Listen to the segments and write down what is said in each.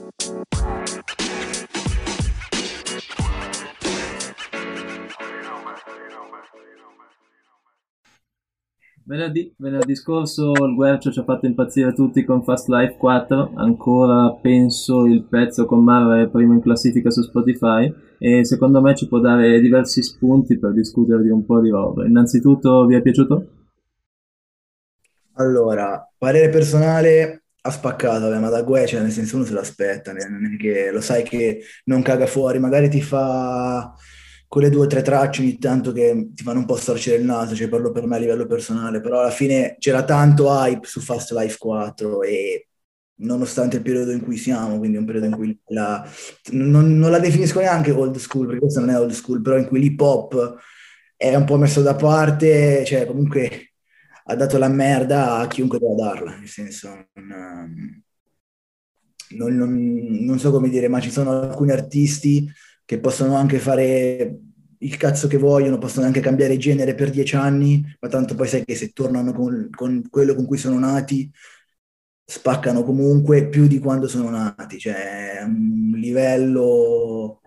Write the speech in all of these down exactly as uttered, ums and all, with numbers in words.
Venerdì, venerdì scorso il Guercio ci ha fatto impazzire tutti con Fast Life quattro, ancora penso il pezzo con Marra è primo in classifica su Spotify e secondo me ci può dare diversi spunti per discutere di un po' di roba. Innanzitutto, vi è piaciuto? Allora, parere personale, ha spaccato, vabbè, ma da Gue, cioè, nel senso uno se l'aspetta, ne- non è che lo sai che non caga fuori, magari ti fa quelle due o tre tracce ogni tanto che ti fanno un po' storcere il naso, cioè parlo per me a livello personale, però alla fine c'era tanto hype su Fast Life quattro e nonostante il periodo in cui siamo, quindi un periodo in cui la, non, non la definisco neanche old school, perché questa non è old school, però in cui l'hip hop è un po' messo da parte, cioè comunque ha dato la merda a chiunque doveva darla, nel senso, non, non- non- non so come dire, ma ci sono alcuni artisti che possono anche fare il cazzo che vogliono, possono anche cambiare genere per dieci anni, ma tanto poi sai che se tornano con, con quello con cui sono nati, spaccano comunque più di quando sono nati, cioè è un livello,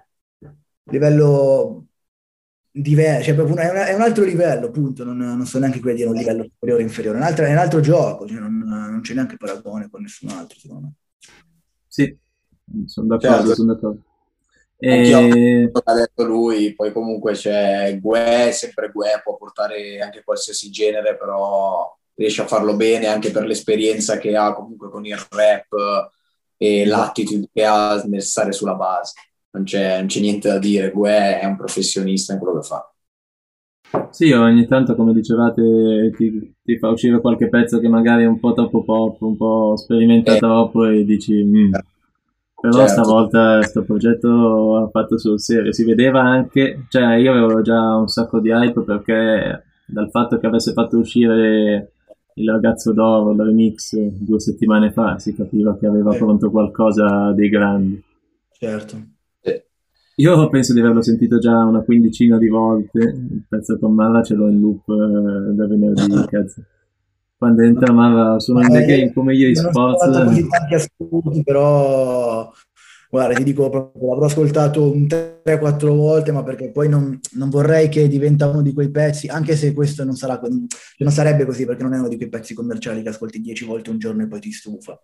livello diverso, cioè proprio un- è, un è un altro livello, punto, non, non so neanche come dire un livello superiore o inferiore, è un altro, è un altro gioco, cioè non, non c'è neanche paragone con nessun altro, secondo me. Sì, sono d'accordo, Certo, sono d'accordo. anch'io ho capito E... cosa ha detto lui, poi comunque c'è Gue, sempre Gue, può portare anche qualsiasi genere, però riesce a farlo bene anche per l'esperienza che ha comunque con il rap e Esatto. l'attitude che ha nel stare sulla base. Non c'è, non c'è niente da dire, Gue è un professionista in quello che fa. Sì, ogni tanto, come dicevate, ti, ti fa uscire qualche pezzo che magari è un po' troppo pop, un po' sperimenta Eh, troppo e dici, "Mm". Però certo, stavolta sto progetto ha fatto sul serio, si vedeva anche, cioè io avevo già un sacco di hype perché dal fatto che avesse fatto uscire il ragazzo d'oro, il remix, due settimane fa, si capiva che aveva Eh, pronto qualcosa di grande. certo. sì. Io penso di averlo sentito già una quindicina di volte, il pezzo con Marra ce l'ho in loop eh, da venerdì, cazzo. Quando entra Marra sono Ma, in the eh, game come ieri io non sono Sports, andato eh, così tanti ascolti, però guarda, ti dico proprio, l'avrò ascoltato un tre quattro volte, ma perché poi non, non vorrei che diventa uno di quei pezzi, anche se questo non sarà, cioè non sarebbe così, perché non è uno di quei pezzi commerciali che ascolti dieci volte un giorno e poi ti stufa.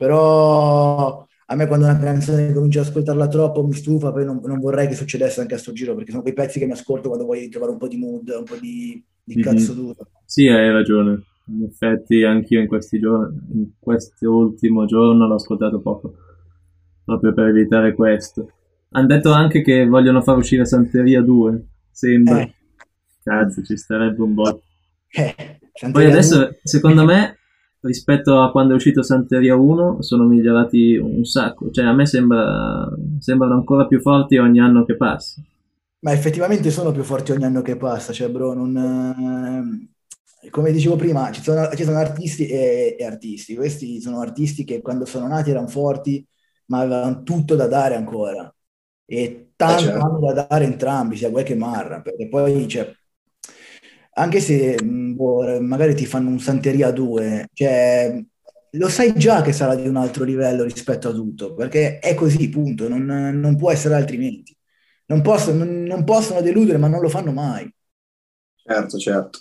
Però a me quando una canzone comincio ad ascoltarla troppo mi stufa, poi non, non vorrei che succedesse anche a sto giro, perché sono quei pezzi che mi ascolto quando voglio trovare un po' di mood, un po' di, di cazzo mhm. duro. Sì, hai ragione. In effetti anch'io in questi giorni, in quest'ultimo giorno l'ho ascoltato poco, proprio per evitare questo. Hanno detto anche che vogliono far uscire Santeria due, sembra. Eh, Cazzo, ci starebbe un botto. eh, Poi Santeria due. adesso, secondo me, rispetto a quando è uscito Santeria uno, sono migliorati un sacco. Cioè, a me sembra, sembrano ancora più forti ogni anno che passa. Ma effettivamente sono più forti ogni anno che passa, cioè, bro, non, eh, come dicevo prima, ci sono, ci sono artisti e, e artisti. Questi sono artisti che quando sono nati erano forti, ma avevano tutto da dare ancora. E Eh, tanto certo. hanno da dare entrambi, sia Guè che Marra, perché poi, cioè, anche se mh, boh, magari ti fanno un Santeria due, cioè, lo sai già che sarà di un altro livello rispetto a tutto, perché è così, punto, non, non può essere altrimenti. Non possono, non- non possono deludere, ma non lo fanno mai. Certo, certo.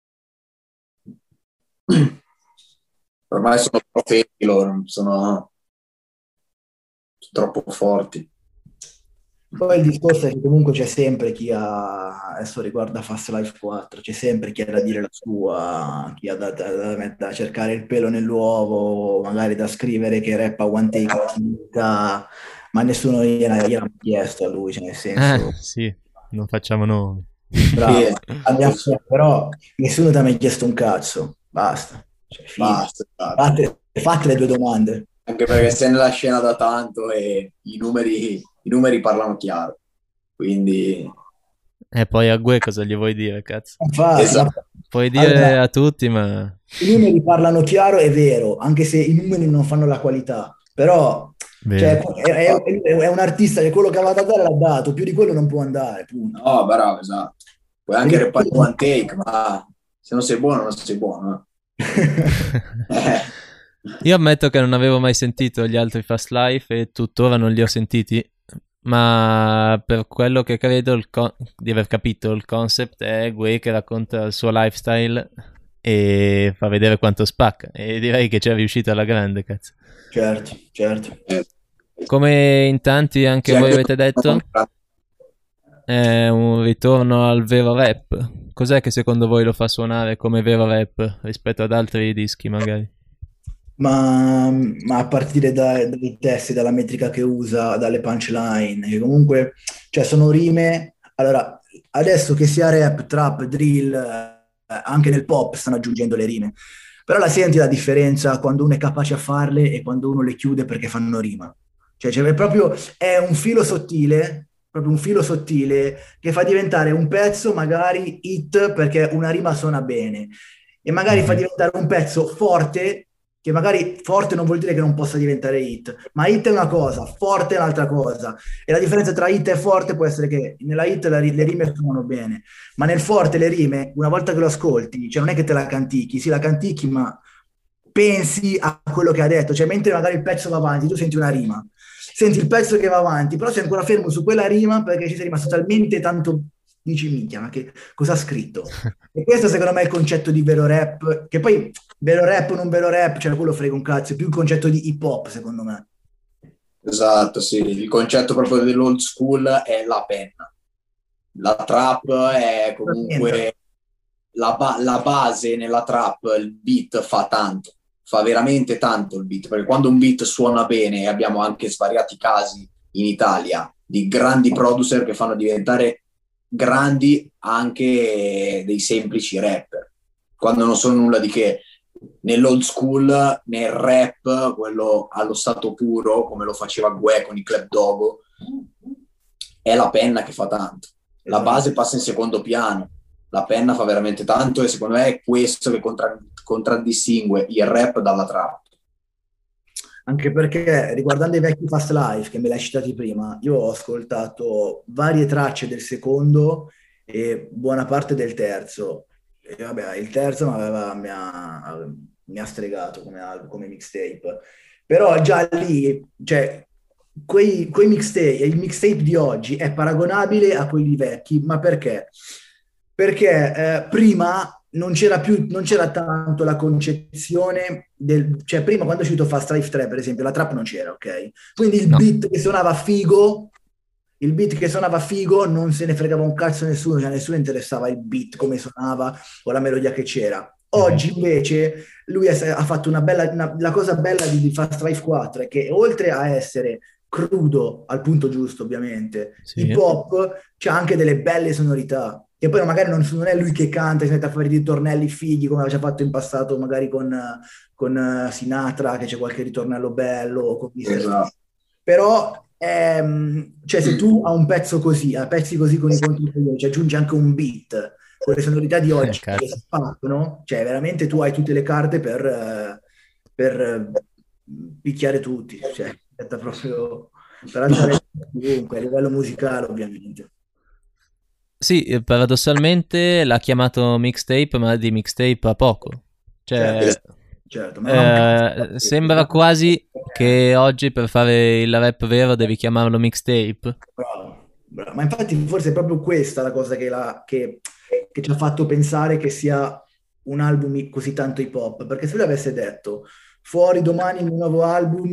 Ormai sono profeti loro, sono troppo forti. Poi il discorso è che comunque c'è sempre chi ha, adesso riguarda Fast Life quattro, c'è sempre chi ha da dire la sua, chi ha da, da- da- da cercare il pelo nell'uovo, magari da scrivere che rappa one take, da- ma nessuno gliel'ha gliel'ha chiesto a lui, cioè nel Eh, senso, sì, non facciamo nomi. Sì, bravo, esatto, andiamo- sì. però nessuno ti ha mai chiesto un cazzo, basta, cioè fine. Basta, esatto. Fate, fate le due domande. Anche perché sei nella scena da tanto e i numeri, i numeri parlano chiaro. Quindi, E poi a Gue cosa gli vuoi dire, cazzo? Infatti, ma esatto. Puoi dire allora, a tutti, ma... i numeri parlano chiaro, è vero, anche se i numeri non fanno la qualità, però cioè, Vero. è, è- è un artista che quello che aveva da dare l'ha dato, più di quello non può andare, punto. No, bravo, esatto. Puoi Più anche di reppare quello one take, ma se non sei buono, non sei buono. Eh. Eh, Io ammetto che non avevo mai sentito gli altri Fast Life e tuttora non li ho sentiti, ma per quello che credo il co- di aver capito, il concept è Gue che racconta il suo lifestyle e fa vedere quanto spacca, e direi che ci è riuscito alla grande, cazzo. Certo, certo. Eh, Come in tanti anche sì, voi anche avete detto, è un ritorno al vero rap. Cos'è che secondo voi lo fa suonare come vero rap rispetto ad altri dischi magari? Ma, ma a partire da- dai testi, dalla metrica che usa, dalle punchline, che comunque, cioè sono rime. Allora, adesso che sia rap, trap, drill, eh, anche nel pop stanno aggiungendo le rime. Però la senti la differenza quando uno è capace a farle e quando uno le chiude perché fanno rima. Cioè, cioè, è proprio, è un filo sottile, proprio un filo sottile che fa diventare un pezzo magari hit perché una rima suona bene e magari fa Mhm. diventare un pezzo forte, che magari forte non vuol dire che non possa diventare hit, ma hit è una cosa, forte è un'altra cosa. E la differenza tra hit e forte può essere che nella hit la ri- le rime suonano bene, ma nel forte le rime, una volta che lo ascolti, cioè non è che te la cantichi, sì la cantichi, ma pensi a quello che ha detto, cioè mentre magari il pezzo va avanti, tu senti una rima, senti il pezzo che va avanti, però sei ancora fermo su quella rima perché ci sei rimasto talmente tanto, dici minchia, ma che cosa ha scritto? E questo secondo me è il concetto di vero rap, che poi vero rap o non vero rap, cioè quello frega un cazzo, è più il concetto di hip hop secondo me. Esatto, sì. Il concetto proprio dell'old school è la penna. La trap è comunque la, ba- la base nella trap, il beat fa tanto, fa veramente tanto il beat, perché quando un beat suona bene, e abbiamo anche svariati casi in Italia di grandi producer che fanno diventare grandi anche dei semplici rapper, quando non sono nulla di che. Nell'old school, nel rap, quello allo stato puro, come lo faceva Gue con i Club Dogo, è la penna che fa tanto. La base passa in secondo piano, la penna fa veramente tanto e secondo me è questo che contra- contraddistingue il rap dalla trap. Anche perché riguardando i vecchi Fast Life che me l'hai citati prima, io ho ascoltato varie tracce del secondo e buona parte del terzo. E vabbè, il terzo m'aveva- mi ha, mi ha stregato come, al- come mixtape. Però già lì, cioè, quei, quei mixtape, il mixtape di oggi è paragonabile a quelli vecchi, ma perché? Perché eh, prima non c'era più, non c'era tanto la concezione del, cioè prima quando è uscito Fast Life tre, per esempio, la trap non c'era, ok? Quindi il No. beat che suonava figo, il beat che suonava figo non se ne fregava un cazzo nessuno, cioè nessuno interessava il beat, come suonava o la melodia che c'era. Oggi invece lui è- ha fatto una bella, una- la cosa bella di, di Fast Life quattro è che oltre a essere crudo al punto giusto, ovviamente, hip Sì. hop c'ha anche delle belle sonorità. E poi magari non, non è lui che canta, si mette a fare dei ritornelli fighi come aveva già fatto in passato, magari con, eh, con eh, Sinatra, che c'è qualche ritornello bello, o con mister Esatto. Però, ehm, cioè, se tu a un pezzo così, a pezzi così con i contributori, ci aggiungi anche un beat con le sonorità di Eh, oggi che cazzo. spaccano, cioè veramente tu hai tutte le carte per, eh, per eh, picchiare tutti, cioè, aspetta proprio per alzare comunque a livello musicale, ovviamente. Sì, eh, paradossalmente l'ha chiamato mixtape, ma di mixtape a poco. Cioè, Certo, certo, ma non ha un cazzo. eh, sembra quasi che oggi per fare il rap vero devi chiamarlo mixtape. Bravo, bravo. Ma infatti forse è proprio questa la cosa che, la- che- che ci ha fatto pensare che sia un album così tanto hip hop, perché se lui avesse detto fuori domani il mio nuovo album,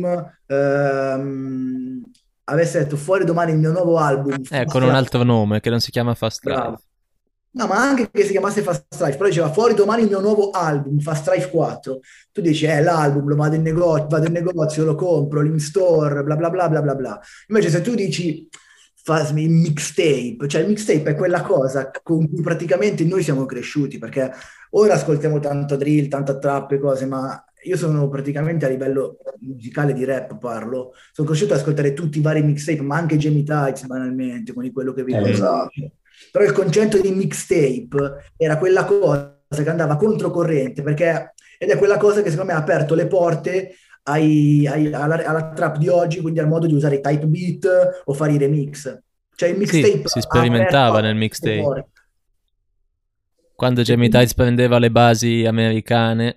ehm, avesse detto fuori domani il mio nuovo album, Eh, con Fast un Life, altro nome che non si chiama Fast Life. bravo. No, ma anche che si chiamasse Fast Life, però diceva fuori domani il mio nuovo album, Fast Life quattro. Tu dici, eh, l'album, lo vado in negozio, vado in negozio, lo compro, l'in store, bla bla bla bla bla bla. Invece se tu dici fa- il mixtape, cioè il mixtape è quella cosa con cui praticamente noi siamo cresciuti, perché ora ascoltiamo tanto drill, tanta trap e cose, ma io sono praticamente a livello musicale di rap parlo, sono cresciuto ad ascoltare tutti i vari mixtape, ma anche Jamie Tights banalmente, con quello che vi Eh, ricordo. esatto. Però il concetto di mixtape era quella cosa che andava controcorrente, perché, ed è quella cosa che secondo me ha aperto le porte ai- ai- alla, alla trap di oggi, quindi al modo di usare i type beat o fare i remix. Cioè il Sì, mixtape si ha sperimentava nel aperto le mixtape. porte. Quando E Jamie quindi- Tights prendeva le basi americane.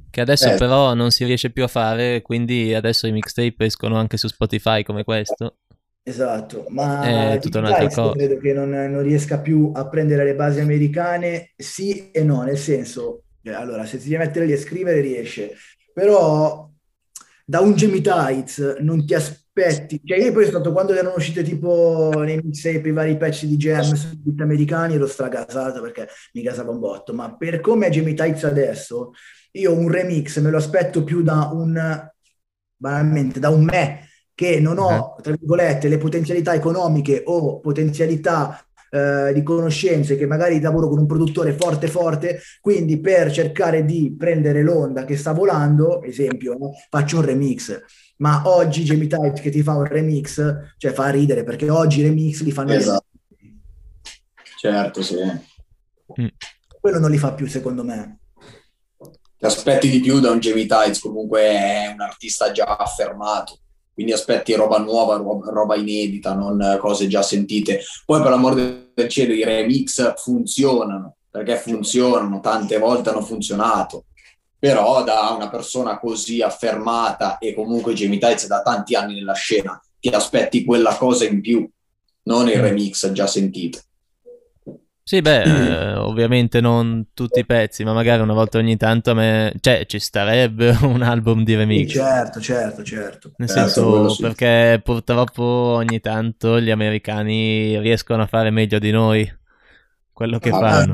che adesso Eh, però non si riesce più a fare, quindi adesso i mixtape escono anche su Spotify come questo, Esatto, ma è tutta Jimmy un'altra Tights io cosa. credo che non, non riesca più a prendere le basi americane, sì e no, nel senso, eh, allora, se si deve mettere lì a scrivere riesce, però da un Jimmy Tights non ti aspetti, cioè io poi sono stato quando erano uscite tipo nei mixtape i vari pezzi di Jam sui beat americani ero stragasato perché mi gasava un botto, ma per come è Jimmy Tights adesso, io un remix me lo aspetto più da un, banalmente, da un me che non Ah. ho, tra virgolette, le potenzialità economiche o potenzialità eh, di conoscenze che magari lavoro con un produttore forte forte, quindi per cercare di prendere l'onda che sta volando, esempio, no? Faccio un remix. Ma oggi Jamie Types che ti fa un remix, cioè fa ridere perché oggi i remix li fanno gli esatto, americani. certo, sì. Mm. Quello non li fa più secondo me. Ti aspetti di più da un Jamie Tights, comunque è un artista già affermato, quindi aspetti roba nuova, roba, roba inedita, non cose già sentite. Poi per l'amor del cielo i remix funzionano, perché funzionano, tante volte hanno funzionato, però da una persona così affermata e comunque Jamie Tights da tanti anni nella scena, ti aspetti quella cosa in più, non il remix già sentito. Sì, beh, eh, ovviamente non tutti i pezzi, ma magari una volta ogni tanto a me, cioè, ci starebbe un album di Sì, remix. certo, certo, certo. Nel Certo, quello senso, sì. perché purtroppo ogni tanto gli americani riescono a fare meglio di noi quello che Ah, fanno.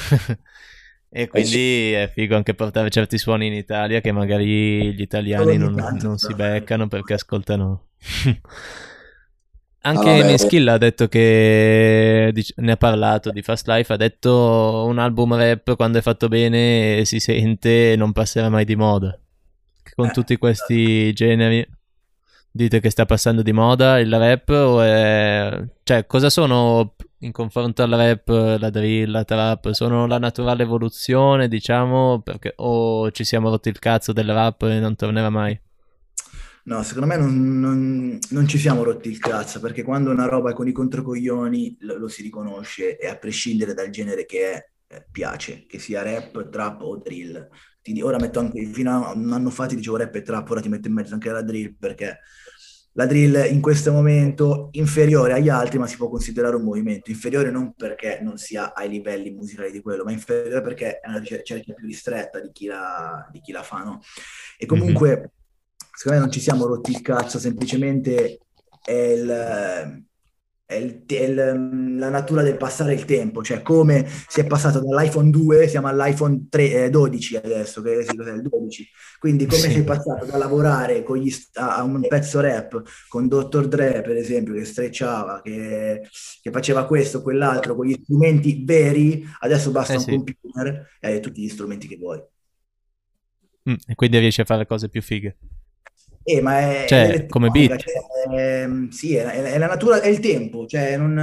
E Eh sì. quindi è figo anche portare certi suoni in Italia che magari gli Solo italiani ogni non, tanto non si si va bene. beccano perché ascoltano. Ah, Anche vabbè. Miskill ha detto che dic- ne ha parlato di Fast Life, ha detto un album rap quando è fatto bene si sente e non passerà mai di moda. Con Eh, tutti questi generi dite che sta passando di moda il rap o è... cioè cosa sono in confronto al rap, la drill, la trap? Sono la naturale evoluzione, diciamo, perché o ci siamo rotti il cazzo del rap e non tornerà mai? No, secondo me non, non- non ci siamo rotti il cazzo, perché quando una roba è con i controcoglioni lo, lo si riconosce e a prescindere dal genere che è, eh, piace, che sia rap, trap o drill. Ti di- ora metto anche, fino a un anno fa ti dicevo rap e trap, ora ti metto in mezzo anche la drill, perché la drill in questo momento inferiore agli altri, ma si può considerare un movimento. Inferiore non perché non sia ai livelli musicali di quello, ma inferiore perché è una ricerca più ristretta di chi la, di chi la fa, no? E comunque, secondo me non ci siamo rotti il cazzo, semplicemente è, il, è, il- è il- la natura del passare il tempo, cioè come si è passato dall'iPhone due, siamo all'iPhone tre, eh, dodici adesso, che sì, cos'è il dodici, quindi come Sì. sei passato da lavorare con gli st- a a un pezzo rap con dottor Dre, per esempio, che strecciava, che, che faceva questo, quell'altro, con gli strumenti veri, adesso basta Eh un sì. computer e hai tutti gli strumenti che vuoi. Mm, e quindi riesci a fare cose più fighe. Eh, ma è, è Cioè, come l'elettronica, beat. cioè, è- sì, è, è- è la natura, è il tempo, cioè non,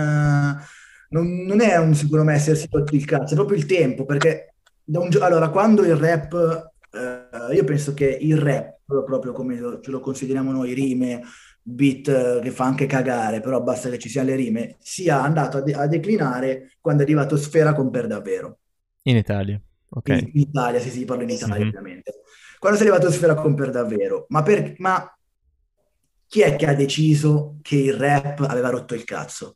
non- non è un, secondo me, essersi rotti il cazzo, è proprio il tempo, perché da un gio- allora, quando il rap, eh, io penso che il rap, proprio come lo- ce lo consideriamo noi, rime, beat eh, che fa anche cagare, però basta che ci siano le rime, sia andato a, de- a declinare quando è arrivato Sfera con Per Davvero. In Italia. Ok. In, in Italia, sì, sì, parlo in Italia, Mhm. ovviamente. Quando si è arrivato Sfera con Per Davvero, ma, per, ma chi è che ha deciso che il rap aveva rotto il cazzo?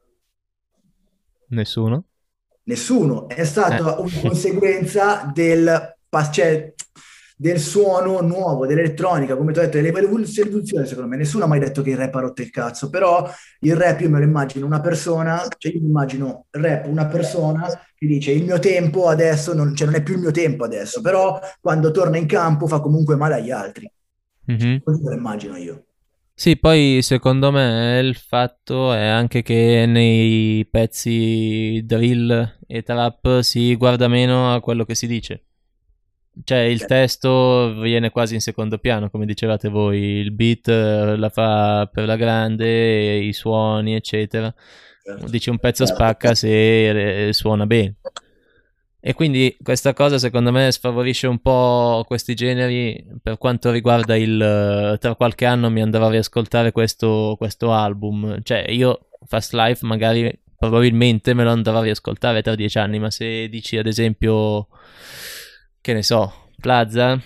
Nessuno? Nessuno, è Eh. stata una conseguenza del, pa- cioè, del suono nuovo, dell'elettronica, come ti ho detto, dell'evoluzione, secondo me. Nessuno ha mai detto che il rap ha rotto il cazzo, però il rap io me lo immagino una persona, cioè io mi immagino il rap una persona che dice il mio tempo adesso, non, cioè non è più il mio tempo adesso, però quando torna in campo fa comunque male agli altri. Mhm. Così me lo immagino io. Sì, poi secondo me il fatto è anche che nei pezzi drill e trap si guarda meno a quello che si dice. Cioè il testo viene quasi in secondo piano, come dicevate voi, il beat eh, la fa per la grande, i suoni, eccetera. Certo. Dici un pezzo spacca se eh, suona bene. E quindi questa cosa secondo me sfavorisce un po' questi generi per quanto riguarda il... eh, tra qualche anno mi andrò a riascoltare questo, questo album. Cioè io Fast Life magari probabilmente me lo andrò a riascoltare tra dieci anni, ma se dici ad esempio, che ne so, Plaza,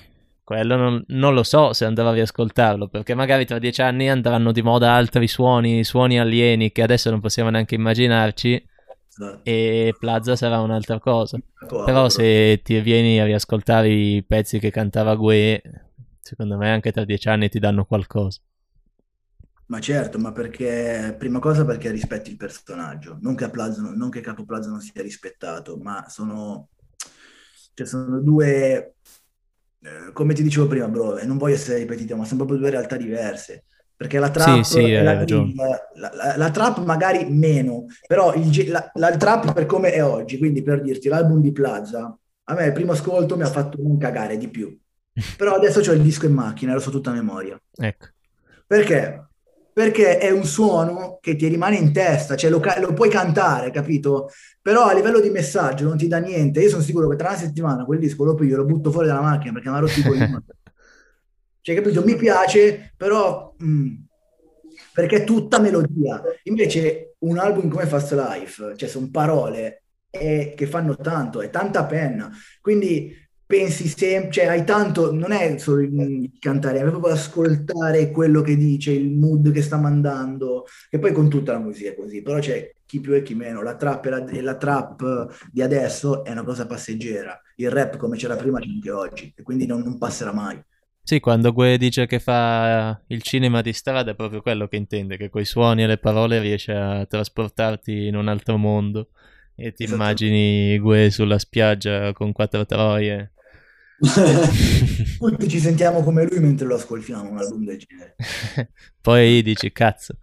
quello non, non lo so se andrò a riascoltarlo, perché magari tra dieci anni andranno di moda altri suoni, suoni alieni che adesso non possiamo neanche immaginarci, Esatto. e Plaza sarà un'altra cosa. D'accordo, Però però. se ti vieni a riascoltare i pezzi che cantava Gue, secondo me anche tra dieci anni ti danno qualcosa. Ma certo, ma perché, prima cosa perché rispetti il personaggio, non che, Plaza, non che Capo Plaza non sia rispettato, ma sono, cioè sono due, eh, come ti dicevo prima, bro, e non voglio essere ripetitivo, ma sono proprio due realtà diverse, perché la Sì, trap sì, e hai la ragione. drill, la, la- la trap magari meno, però il, ge- la, la trap per come è oggi, quindi per dirti, l'album di Plaza, a me il primo ascolto mi ha fatto non cagare di più, però adesso ho il disco in macchina e lo so tutta a memoria. Ecco. Perché? Perché è un suono che ti rimane in testa, cioè lo, ca- lo puoi cantare, capito? Però a livello di messaggio non ti dà niente. Io sono sicuro che tra una settimana quel disco lo piglio, lo butto fuori dalla macchina perché mi ha rotto i coglioni. Cioè, capito? Mi piace, però mm, perché è tutta melodia. Invece un album come Fast Life, cioè sono parole eh, che fanno tanto, è tanta penna. Quindi pensi sempre, cioè hai tanto, non è solo il, il cantare, è proprio ascoltare quello che dice, il mood che sta mandando, che poi con tutta la musica è così, però c'è chi più e chi meno. La trap e la, e la trap di adesso è una cosa passeggera. Il rap come c'era prima c'è anche oggi, e quindi non, non passerà mai. Sì, quando Gue dice che fa il cinema di strada è proprio quello che intende, che coi suoni e le parole riesce a trasportarti in un altro mondo e ti Esattamente. immagini Gue sulla spiaggia con quattro troie. Tutti ci sentiamo come lui mentre lo ascoltiamo, un album del genere. Poi dici, cazzo.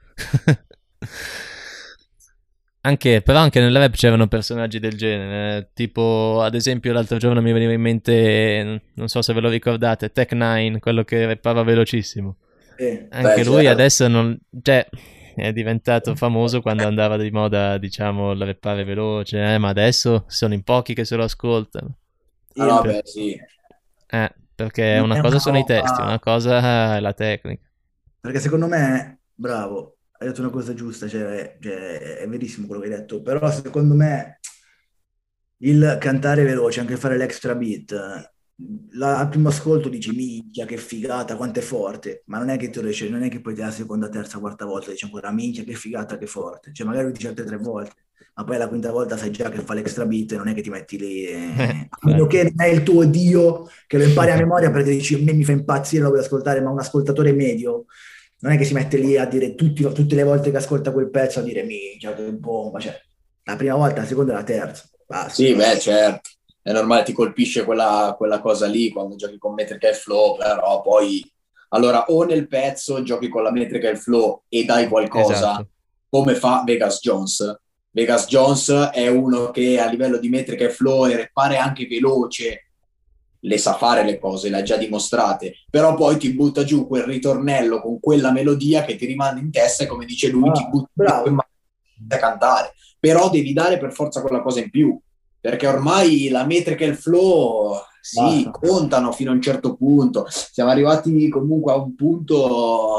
Anche, però anche nel rap c'erano personaggi del genere, eh, tipo ad esempio l'altro giorno mi veniva in mente, non so se ve lo ricordate, Tech Nine, quello che rappava velocissimo. Eh, Anche Beh, lui certo. adesso non, cioè, è diventato famoso quando andava di moda, diciamo, il rappare veloce, eh, ma adesso sono in pochi che se lo ascoltano. Ah, io no, no, Per- beh, sì. eh, perché non una è cosa una sono i testi, roba. una cosa è la tecnica. Perché secondo me, bravo, hai detto una cosa giusta, cioè, cioè, è verissimo quello che hai detto, però secondo me il cantare veloce, anche fare l'extra beat, la- al primo ascolto dici minchia che figata, quanto è forte, ma non è che tu riesci, non è che poi la seconda, terza, quarta volta dici ancora minchia che figata, che forte, cioè magari lo dici altre tre volte, ma poi la quinta volta sai già che fa l'extra beat e non è che ti metti lì, Eh, eh, a meno infatti. che non è il tuo dio che lo impari a memoria perché dici a me mi fa impazzire, lo voglio ascoltare, ma un ascoltatore medio non è che si mette lì a dire tutti- tutte le volte che ascolta quel pezzo a dire minchia che bomba, cioè la prima volta, la seconda e la terza, basta. Sì, beh, certo. È normale, ti colpisce quella, quella cosa lì quando giochi con metrica e flow, però poi... Allora, o nel pezzo giochi con la metrica e il flow e dai qualcosa, Esatto. come fa Vegas Jones. Vegas Jones è uno che a livello di metrica e flow e rappare anche veloce, le sa fare le cose, le ha già dimostrate, però poi ti butta giù quel ritornello con quella melodia che ti rimane in testa e come dice lui ti Ah, butta giù in bravo. a cantare, però devi dare per forza quella cosa in più, perché ormai la metrica e il flow sì, Basta. contano fino a un certo punto, siamo arrivati comunque a un punto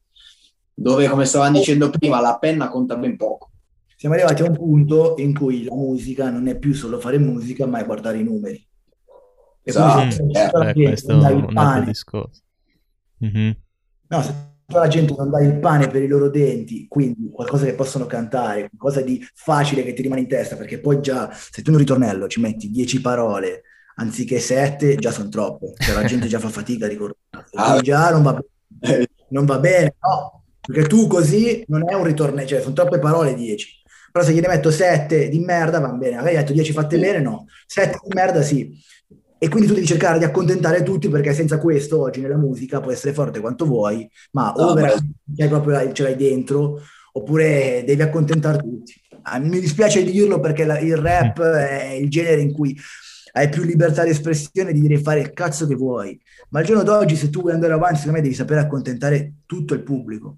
dove, come stavamo dicendo prima, la penna conta ben poco. Siamo arrivati a un punto in cui la musica non è più solo fare musica, ma è guardare i numeri. E quindi se Mm, Esatto, se certo. tutta la beh, gente questo non è dà il un altro pane, discorso. Mhm. no, se tutta la gente non dà il pane per i loro denti, quindi qualcosa che possono cantare, qualcosa di facile che ti rimane in testa, perché poi già, se tu in un ritornello ci metti dieci parole anziché sette, già sono troppe. Cioè la gente già fa fatica a ricordarsi. Ah, Quindi già non va bene. eh, Non va bene, no? Perché tu così non è un ritornello, cioè sono troppe parole dieci. Però se gliene metto sette di merda va bene. Magari hai detto dieci fatte bene, no. sette di merda sì. E quindi tu devi cercare di accontentare tutti perché senza questo oggi nella musica puoi essere forte quanto vuoi, ma o no, ma veramente c'hai proprio, ce l'hai dentro oppure devi accontentare tutti. Ah, mi dispiace dirlo perché la- il rap è il genere in cui hai più libertà di espressione di dire fare il cazzo che vuoi. Ma al giorno d'oggi, se tu vuoi andare avanti, secondo me devi sapere accontentare tutto il pubblico.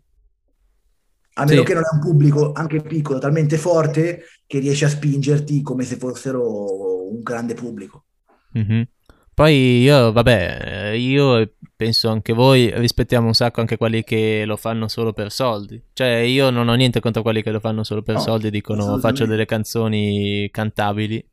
A meno Sì. che non è un pubblico anche piccolo, talmente forte che riesce a spingerti come se fossero un grande pubblico. Mhm. Poi io, vabbè, eh, io e penso anche voi rispettiamo un sacco anche quelli che lo fanno solo per soldi. Cioè, io non ho niente contro quelli che lo fanno solo per No, soldi, dicono faccio assolutamente. delle canzoni cantabili,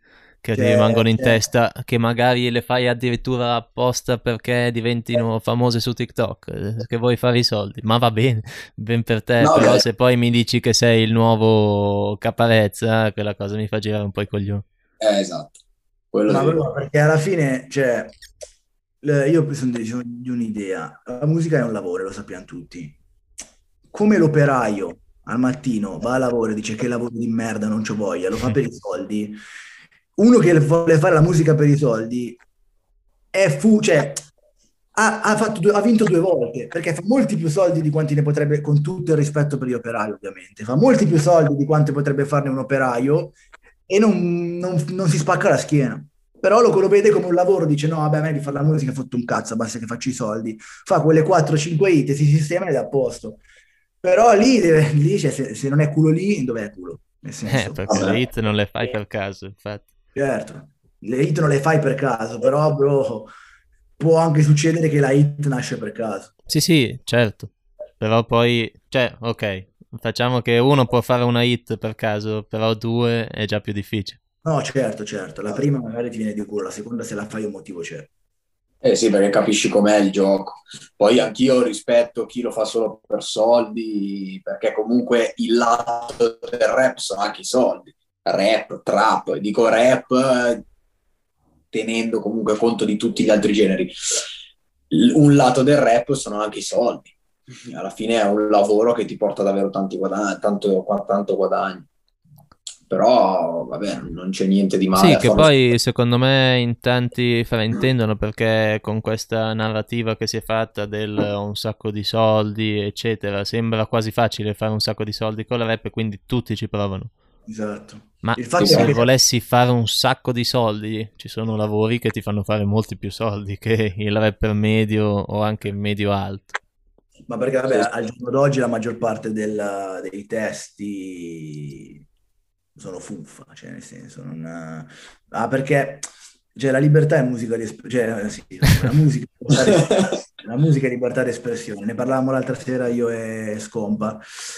che ti Cioè, rimangono in cioè, testa, che magari le fai addirittura apposta perché diventino famose su TikTok, eh, che vuoi fare i soldi, ma va bene, ben per te, No, però beh, se poi mi dici che sei il nuovo Caparezza, quella cosa mi fa girare un po' i coglioni. eh, esatto, quello ma sì. però perché alla fine, cioè, le- io sono di, sono di un'idea, la musica è un lavoro, lo sappiamo tutti. Come l'operaio al mattino va a lavoro e dice che lavoro di merda, non c'ho voglia, lo fa per i soldi. Uno che vuole fare la musica per i soldi è fu, cioè, ha, ha fatto due- ha vinto due volte perché fa molti più soldi di quanti ne potrebbe, con tutto il rispetto per gli operai, ovviamente, fa molti più soldi di quanto potrebbe farne un operaio e non, non- non si spacca la schiena. Però lo, lo vede come un lavoro, dice no, vabbè, a me di fare la musica fotto un cazzo, basta che faccio i soldi. Fa quelle quattro cinque hit, si sistema ed è a posto. Però lì, deve, lì cioè, se, se non è culo lì, dov'è culo? Nel Eh, senso, perché le Vabbè. hit non le fai per caso, infatti. certo, le hit non le fai per caso, però bro, può anche succedere che la hit nasce per caso. Sì, sì, certo, però poi, cioè, ok, facciamo che uno può fare una hit per caso, però due è già più difficile. No, certo, certo, la prima magari ti viene di culo, la seconda se la fai un motivo c'è. Eh sì, perché capisci com'è il gioco. Poi anch'io rispetto chi lo fa solo per soldi, perché comunque il lato del rap sono anche i soldi. Rap, trap, dico rap eh, tenendo comunque conto di tutti gli altri generi. L- Un lato del rap sono anche i soldi. Alla fine è un lavoro che ti porta davvero tanti guadagni, tanto, tanto guadagno. Però, vabbè, non c'è niente di male Sì, a che farlo. poi secondo me in tanti fraintendono perché con questa narrativa che si è fatta del ho un sacco di soldi, eccetera, sembra quasi facile fare un sacco di soldi con la rap e quindi tutti ci provano. Esatto. Ma Il Sì, fatto è se che volessi fare un sacco di soldi, ci sono lavori che ti fanno fare molti più soldi che il rapper medio o anche medio alto. Ma perché, vabbè, sì, al giorno d'oggi la maggior parte del- dei testi sono fuffa, cioè nel senso, non... Ah, perché cioè, la libertà è musica di espressione, cioè, sì, la musica è libertà di espressione, la musica è libertà di espressione. Ne parlavamo l'altra sera io e Scompa.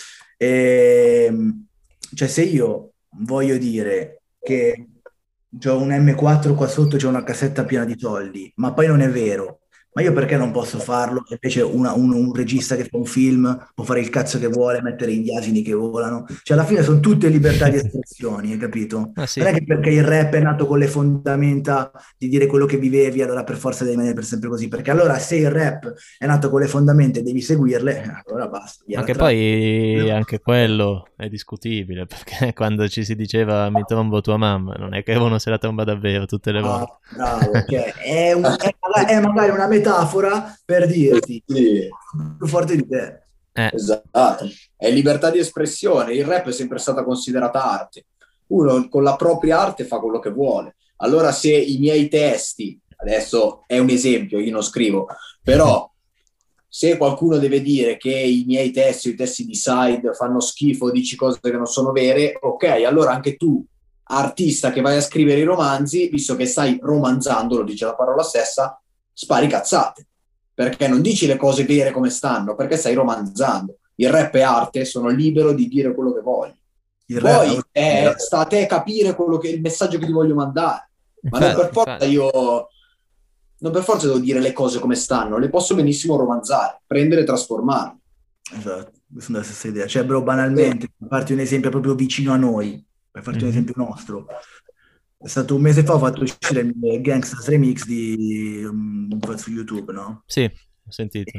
E, cioè, se io voglio dire che c'ho un M quattro qua sotto, c'è una cassetta piena di soldi, ma poi non è vero. Ma io perché non posso farlo? E invece una- un, un regista che fa un film può fare il cazzo che vuole, mettere gli asini che volano. Cioè, alla fine sono tutte libertà di espressione, hai capito? Ah Non sì. è che perché il rap è nato con le fondamenta di dire quello che vivevi, allora per forza devi rimanere per sempre così. Perché allora se il rap è nato con le fondamenta e devi seguirle, eh, allora basta, via Ma la che traccia. poi anche quello è discutibile, perché quando ci si diceva mi trombo tua mamma, non è che uno se la tromba davvero tutte le Ah, volte. bravo, cioè, è, un- è maga- è magari una metafora per dirti sì. sono più forte di te. Eh, Esatto, è libertà di espressione. Il rap è sempre stata considerata arte. Uno con la propria arte fa quello che vuole. Allora, se i miei testi, adesso è un esempio, io non scrivo, però se qualcuno deve dire che i miei testi, i testi di Side fanno schifo, dici cose che non sono vere, ok, allora anche tu, artista che vai a scrivere i romanzi, visto che stai romanzando, lo dice la parola stessa, spari cazzate perché non dici le cose vere come stanno, perché stai romanzando. Il rap è arte, sono libero di dire quello che voglio. Il Poi rap, eh, sta a te capire quello che, il messaggio che ti voglio mandare. Ma non per infatti, forza infatti. io non per forza devo dire le cose come stanno, le posso benissimo romanzare, prendere e trasformarle. esatto, sono della stessa idea. Cioè, bro, banalmente, per farti un esempio proprio vicino a noi, per farti un Mhm. esempio nostro. È stato un mese fa, ho fatto uscire il Gangsta's Remix di, um, su YouTube, no? Sì, ho sentito.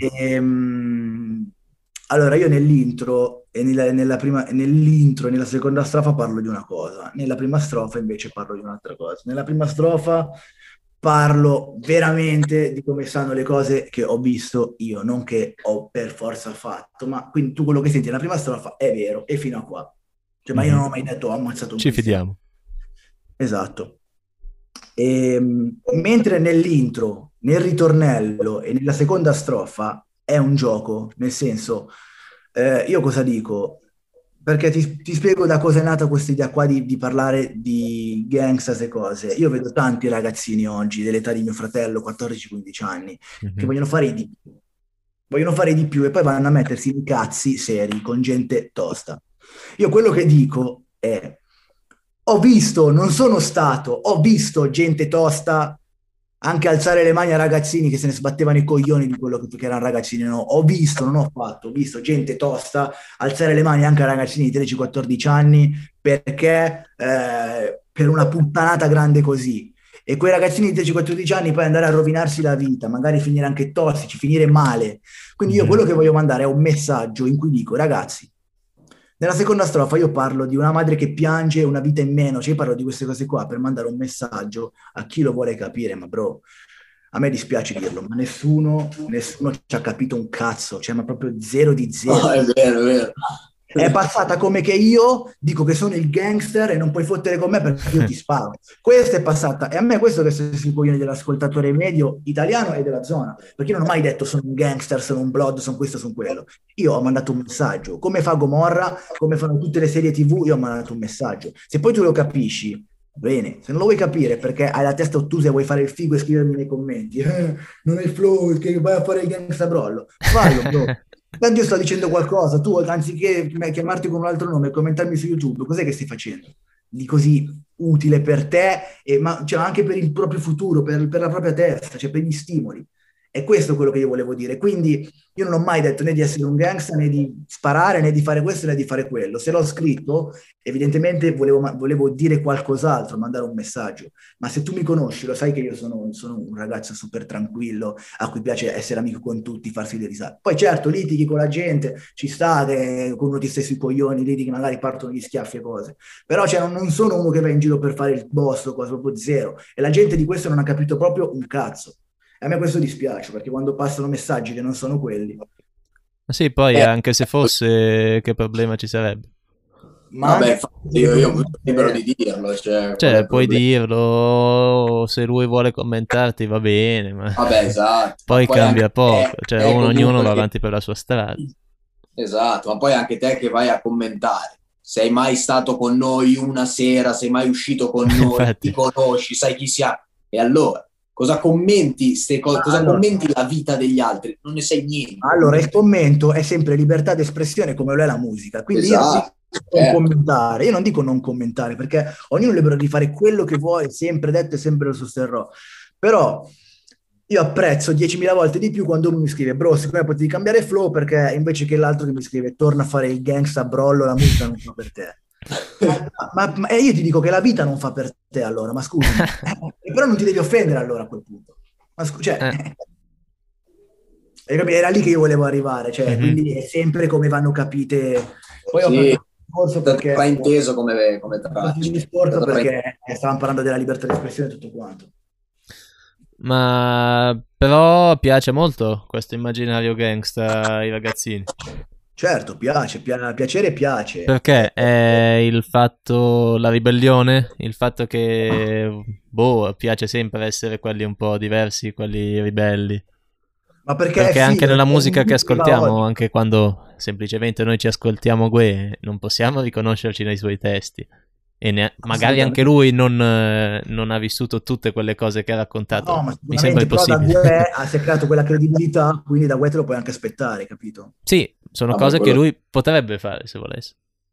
Ehm, allora, io nell'intro e nella, nella prima, nell'intro e nella seconda strofa parlo di una cosa, nella prima strofa invece parlo di un'altra cosa. Nella prima strofa parlo veramente di come stanno le cose che ho visto io, non che ho per forza fatto, ma quindi tu quello che senti nella prima strofa è vero, e fino a qua. Cioè, ma io Mhm. non ho mai detto ho ammazzato un Ci cristiano. fidiamo. Esatto. Ehm, mentre nell'intro, nel ritornello e nella seconda strofa è un gioco, nel senso, eh, io cosa dico? Perché ti, ti spiego da cosa è nata questa idea qua di, di parlare di gangsters e cose. Io vedo tanti ragazzini oggi dell'età di mio fratello, quattordici quindici anni, che Mhm. vogliono fare di più. Vogliono fare di più e poi vanno a mettersi in cazzi seri con gente tosta. Io quello che dico è ho visto, non sono stato, ho visto gente tosta anche alzare le mani a ragazzini che se ne sbattevano i coglioni di quello che, che erano ragazzini. No, ho visto, non ho fatto, ho visto gente tosta alzare le mani anche a ragazzini di tredici quattordici anni perché eh, per una puttanata grande così. E quei ragazzini di tredici quattordici anni poi andare a rovinarsi la vita, magari finire anche tossici, finire male. Quindi io quello che voglio mandare è un messaggio in cui dico, ragazzi, nella seconda strofa io parlo di una madre che piange una vita in meno, cioè io parlo di queste cose qua per mandare un messaggio a chi lo vuole capire, ma bro, a me dispiace dirlo, ma nessuno, nessuno ci ha capito un cazzo, cioè ma proprio zero di zero. Oh, è vero, è vero. È passata come che io dico che sono il gangster e non puoi fottere con me perché io ti sparo. Questa è passata, e a me questo che si il coglione dell'ascoltatore medio italiano e della zona, perché io non ho mai detto sono un gangster, sono un blood, sono questo, sono quello. Io ho mandato un messaggio, come fa Gomorra, come fanno tutte le serie tivù, io ho mandato un messaggio. Se poi tu lo capisci, bene, se non lo vuoi capire perché hai la testa ottusa e vuoi fare il figo e scrivermi nei commenti, eh, non hai flow, che vai a fare il gangster brollo, fallo, bro. Tanto io sto dicendo qualcosa, tu anziché chiamarti con un altro nome e commentarmi su YouTube, cos'è che stai facendo di così utile per te, e, ma cioè, anche per il proprio futuro, per, per la propria testa, cioè per gli stimoli? È questo quello che io volevo dire. Quindi io non ho mai detto né di essere un gangster, né di sparare, né di fare questo, né di fare quello. Se l'ho scritto, evidentemente volevo, volevo dire qualcos'altro, mandare un messaggio. Ma se tu mi conosci, lo sai che io sono, sono un ragazzo super tranquillo, a cui piace essere amico con tutti, farsi le risate. Poi certo, litighi con la gente, ci sta che uno ti stai sui coglioni, litighi, magari partono gli schiaffi e cose. Però cioè, non, non sono uno che va in giro per fare il boss o cose, proprio zero. E la gente di questo non ha capito proprio un cazzo. A me questo dispiace, perché quando passano messaggi che non sono quelli... Ma sì, poi Eh, anche se fosse, che problema ci sarebbe? Ma Vabbè, anche- infatti io, io sono libero di dirlo. Cioè, qual è Cioè, il puoi problema? dirlo, se lui vuole commentarti va bene, ma Vabbè, esatto. Ma poi poi cambia anche poco. te, Cioè, te uno- ognuno comunque va che- avanti per la sua strada. Esatto, ma poi anche te che vai a commentare. Sei mai stato con noi una sera, sei mai uscito con noi, Infatti. ti conosci, sai chi sia. E allora, cosa commenti, ste cose, cosa Allora. commenti la vita degli altri? Non ne sai niente. Allora, il commento è sempre libertà d'espressione come lo è la musica, quindi io non Esatto, dico non certo. commentare, io non dico non commentare, perché ognuno è libero di fare quello che vuole, sempre detto e sempre lo sosterrò. Però io apprezzo diecimila volte di più quando uno mi scrive, bro, secondo me potevi cambiare flow, perché invece che l'altro che mi scrive, torna a fare il gangsta brollo, la musica non fa per te. Ma, ma- ma- e io ti dico che la vita non fa per te allora, ma scusami. Eh, però non ti devi offendere allora a quel punto. Ma scu- cioè, Eh. hai capito? Era lì che io volevo arrivare, cioè, Mhm. quindi è sempre come vanno capite. Poi ho Sì, fatto un discorso è stato perché frainteso come, come ho fatto traccia. un È discorso stato frainteso. perché stavamo parlando della libertà di espressione e tutto quanto. Ma però piace molto questo immaginario gangsta ai ragazzini. Certo, piace, pia- piacere piace. Perché è il fatto, la ribellione, il fatto che, boh, piace sempre essere quelli un po' diversi, quelli ribelli. Ma perché, Perché è anche figo, nella è musica che un- ascoltiamo, oggi. anche quando semplicemente noi ci ascoltiamo Gue, non possiamo riconoscerci nei suoi testi. E ne- magari anche Assolutamente. lui non, eh, non ha vissuto tutte quelle cose che ha No, raccontato. ma Mi sembra sicuramente, però da impossibile. Gue ha- si è creato quella credibilità, quindi da Gue te lo puoi anche aspettare, capito? Sì, sono Vabbè, cose che quello- lui potrebbe fare se volesse.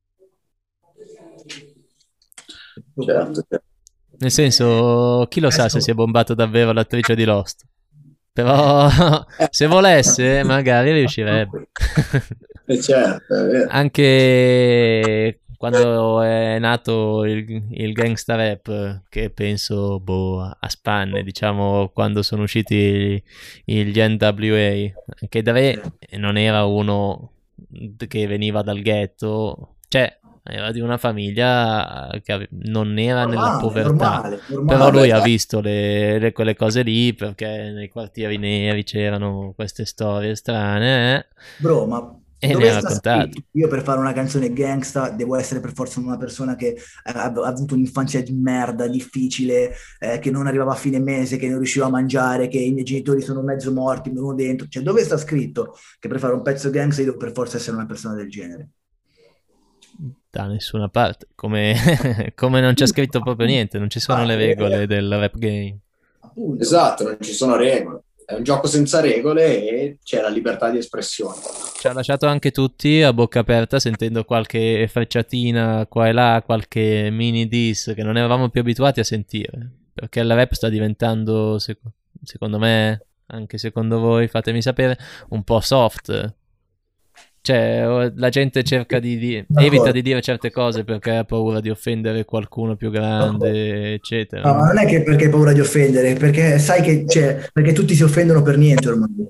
Certo, certo. Nel senso, chi lo sa se si è bombato davvero l'attrice di Lost. Però se volesse, magari riuscirebbe. Eh, certo, è vero. Anche quando è nato il, il gangsta rap, che penso boh, a spanne, diciamo, quando sono usciti gli N W A, che Dre non era uno che veniva dal ghetto, cioè era di una famiglia che ave- non era nella Normale, povertà. normale, normale. Però lui Vabbè, ha dai. visto le, le- quelle cose lì perché nei quartieri neri c'erano queste storie strane, eh, Bro, ma e ne dove ha sta raccontate. scritto? Io per fare una canzone gangsta devo essere per forza una persona che ha, ha avuto un'infanzia di merda, difficile, eh, che non arrivava a fine mese, che non riusciva a mangiare, che i miei genitori sono mezzo morti, mi uno dentro. Cioè, dove sta scritto che per fare un pezzo gangsta io devo per forza essere una persona del genere? Da nessuna parte, come, come non c'è scritto proprio niente, non ci sono le regole del rap game. Appunto. Esatto, non ci sono regole. è un gioco senza regole e c'è la libertà di espressione. Ci ha lasciato anche tutti a bocca aperta sentendo qualche frecciatina qua e là, qualche mini diss che non eravamo più abituati a sentire, perché il rap sta diventando, sec- secondo me, anche secondo voi, fatemi sapere, un po' soft. Cioè, la gente cerca di, di evita di dire certe cose perché ha paura di offendere qualcuno più grande, eccetera. No, ma non è che perché hai paura di offendere, perché sai che cioè, perché tutti si offendono per niente ormai.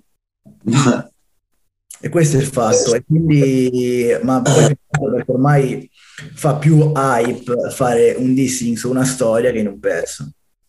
E questo è il fatto. E quindi, ma poi perché ormai fa più hype fare un dissing su una storia che in un pezzo.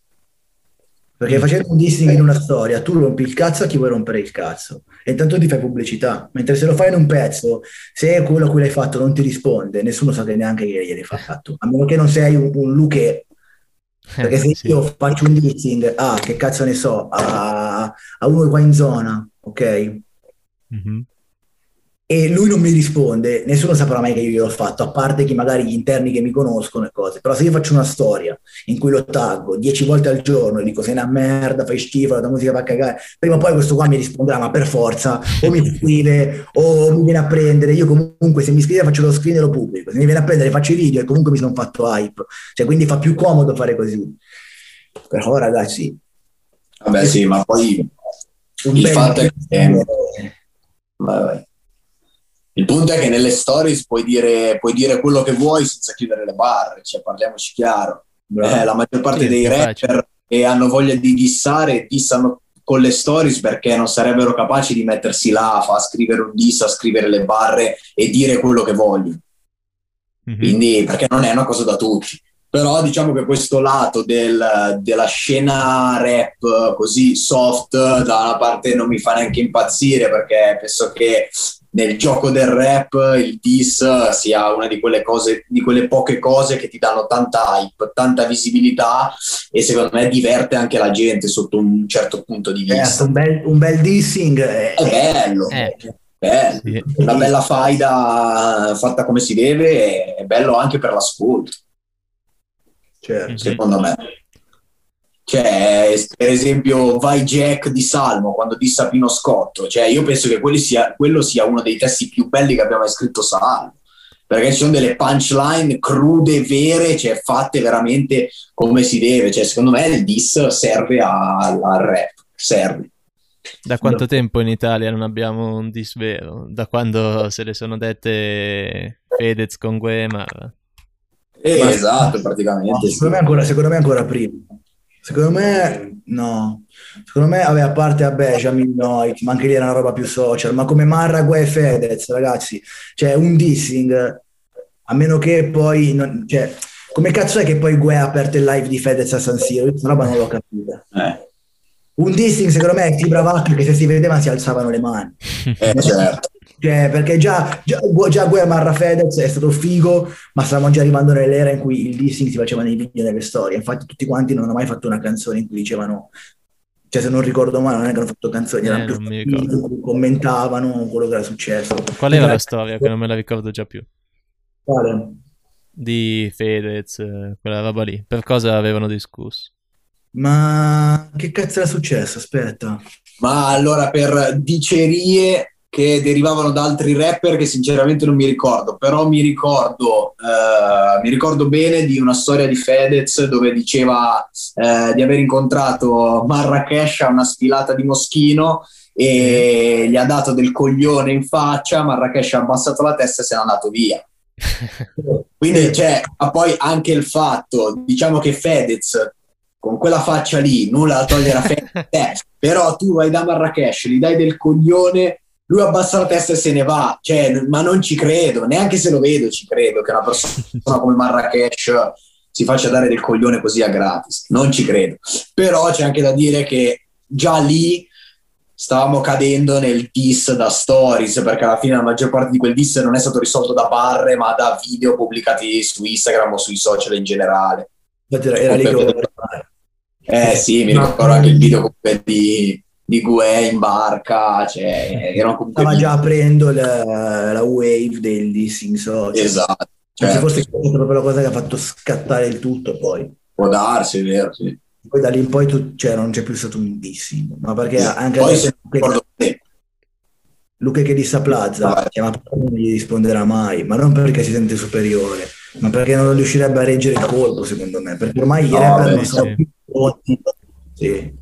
Perché facendo un dissing in una storia tu rompi il cazzo a chi vuoi rompere il cazzo e intanto ti fai pubblicità, mentre se lo fai in un pezzo, se quello a cui l'hai fatto non ti risponde, nessuno sa che neanche che gliel'hai fatto, a meno che non sei un, un Luque, perché se Sì. io faccio un dissing ah che cazzo ne so a, a uno qua in zona, ok, Mm-hmm. e lui non mi risponde, nessuno saprà mai che io gliel'ho fatto, a parte che magari gli interni che mi conoscono e cose. Però se io faccio una storia in cui lo taggo dieci volte al giorno e dico sei una merda, fai schifo, la tua musica va a cagare, prima o poi questo qua mi risponderà, ma per forza, o mi scrive o mi viene a prendere. Io comunque se mi scrive faccio lo screen e lo pubblico, se mi viene a prendere faccio i video e comunque mi sono fatto hype, cioè quindi fa più comodo fare così. Però ragazzi, Vabbè sì, ma poi un il bel fatto è che... dissing, Vai, vai. Il punto è che nelle stories puoi dire, puoi dire quello che vuoi senza chiudere le barre, cioè parliamoci chiaro. Eh, la maggior parte Sì, dei è più facile. rapper che hanno voglia di dissare dissano con le stories perché non sarebbero capaci di mettersi là a far scrivere un diss, a scrivere le barre e dire quello che vogliono. Mhm. Quindi, perché non è una cosa da tutti. Però diciamo che questo lato del- della scena rap così soft da una parte non mi fa neanche impazzire, perché penso che nel gioco del rap il diss sia una di quelle cose, di quelle poche cose che ti danno tanta hype, tanta visibilità e secondo me diverte anche la gente sotto un certo punto di certo, vista. un bel, un bel dissing è, È bello, Eh, bello. sì. Una bella faida fatta come si deve, è bello anche per l'ascolto, certo. secondo me. Cioè, per esempio, Vai Jack di Salmo quando dissa Pino Scotto, cioè io penso che quelli sia, quello sia uno dei testi più belli che abbia mai scritto Salmo, perché ci sono delle punchline crude, vere, cioè fatte veramente come si deve. Cioè, secondo me il diss serve a- al rap, serve. Da quanto tempo in Italia non abbiamo un diss vero? Da quando se le sono dette Fedez con Guemar? Eh, Ma- esatto, No, praticamente sì. secondo me ancora, secondo me ancora prima. Secondo me no. Secondo me, vabbè, a parte a Benjamin Noit, ma anche lì era una roba più social, ma come Marraguè e Fedez, ragazzi, cioè un dissing, a meno che poi, non- cioè, come cazzo è che poi Gue ha aperto il live di Fedez a San Siro? Io questa roba non l'ho capita. Eh, Un dissing secondo me è Fibra Vacca che se si vedeva si alzavano le mani. eh, certo. Cioè, perché già, già, già Gue Marra Fedez è stato figo, ma stavamo già arrivando nell'era in cui il dissing si faceva nei video, nelle storie. Infatti tutti quanti non hanno mai fatto una canzone in cui dicevano, cioè se non ricordo male, non è che hanno fatto canzoni, Eh, erano più non mi fatti, ricordo. in cui commentavano quello che era successo. Qual era la storia che non me la ricordo già più? Quale? Di Fedez, eh, quella roba lì. Per cosa avevano discusso? Ma che cazzo era successo? Aspetta. Ma allora per dicerie che derivavano da altri rapper che sinceramente non mi ricordo, però mi ricordo, eh, mi ricordo bene di una storia di Fedez dove diceva eh, di aver incontrato Marrakesh a una sfilata di Moschino e gli ha dato del coglione in faccia, Marrakesh ha abbassato la testa e se n'è andato via. Quindi c'è ma poi anche il fatto, diciamo che Fedez con quella faccia lì, nulla da togliere a Fedez, eh, però tu vai da Marrakesh, gli dai del coglione, lui abbassa la testa e se ne va, cioè, ma non ci credo, neanche se lo vedo ci credo che una persona come Marrakesh si faccia dare del coglione così a gratis, non ci credo. Però c'è anche da dire che già lì stavamo cadendo nel diss da stories, perché alla fine la maggior parte di quel diss non è stato risolto da barre ma da video pubblicati su Instagram o sui social in generale. Era, era lì che volevo arrivare. Eh sì, mi ricordo anche il video comunque di, di Gue in barca, cioè erano comunque Stava video- già aprendo la, la wave del dissing social. esatto, Cioè, certo. forse è stata proprio la cosa che ha fatto scattare il tutto poi. Può darsi, è vero, sì. poi da lì in poi tu, cioè, non c'è più stato un dissing, ma perché anche Poi adesso se ricordo bene, Luque che dissa Plaza vabbè, chiama Plaza, non gli risponderà mai, ma non perché si sente superiore, ma perché non riuscirebbe a reggere il colpo, secondo me, perché ormai i no, rapper vabbè, non Sì, sono sì. più pronti. Sì.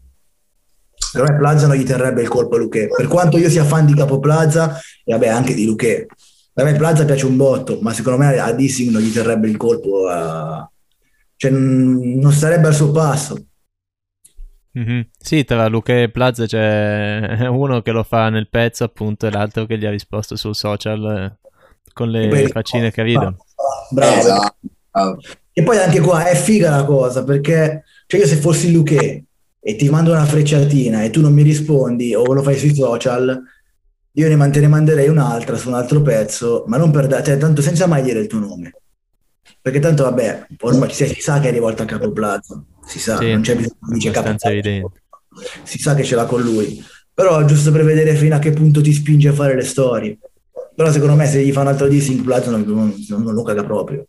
Per me Plaza non gli terrebbe il colpo a Luque, per quanto io sia fan di Capo Plaza e vabbè anche di Luque. A me Plaza piace un botto, ma secondo me a dissing non gli terrebbe il colpo, a... cioè n- non sarebbe al suo passo. Mhm. Sì, tra Luca e Plaza c'è uno che lo fa nel pezzo, appunto, e l'altro che gli ha risposto sul social eh, con E poi le faccine che ridono. bravo. esatto. Ah, E poi anche qua è figa la cosa, perché cioè io se fossi Luque e ti mando una frecciatina e tu non mi rispondi o lo fai sui social, io ne, man- te ne manderei un'altra su un altro pezzo, ma non per da- cioè, tanto senza mai dire il tuo nome. Perché tanto vabbè, ormai si, si sa che è rivolta a Capo Plaza, si sa, Sì, non c'è bisogno di dire Capo abbastanza Plaza, evidente. si sa che ce l'ha con lui. Però giusto per vedere fino a che punto ti spinge a fare le storie. Però secondo me se gli fa un altro dissing Plaza non, non, non lo caga proprio.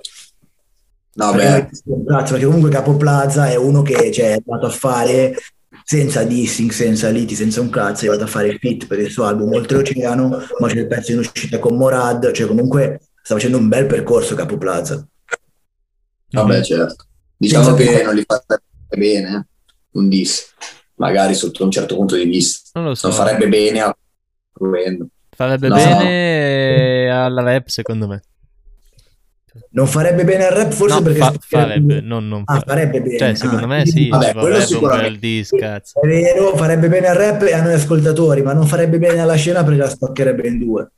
no, Perché, beh, noi- Plaza, perché comunque Capo Plaza è uno che cioè, è andato a fare senza dissing, senza liti, senza un cazzo, è andato a fare il feat per il suo album Oltreoceano, ma c'è il pezzo in uscita con Morad, cioè comunque sta facendo un bel percorso Capo Plaza. vabbè, Mhm. certo. Diciamo Senza- che non li farebbe bene, eh, un diss, magari sotto un certo punto di vista. Non lo so. Non farebbe bene a Cruendo. Farebbe No. bene alla rap, secondo me. Non farebbe bene al rap forse No, perché fa- farebbe, non non ah, farebbe. farebbe bene. Cioè, secondo Ah, me quindi- sì, Vabbè, ci quello vorrebbe un bel sicuramente. diss, cazzo. È vero, farebbe bene al rap e a noi ascoltatori, ma non farebbe bene alla scena perché la spaccherebbe in due.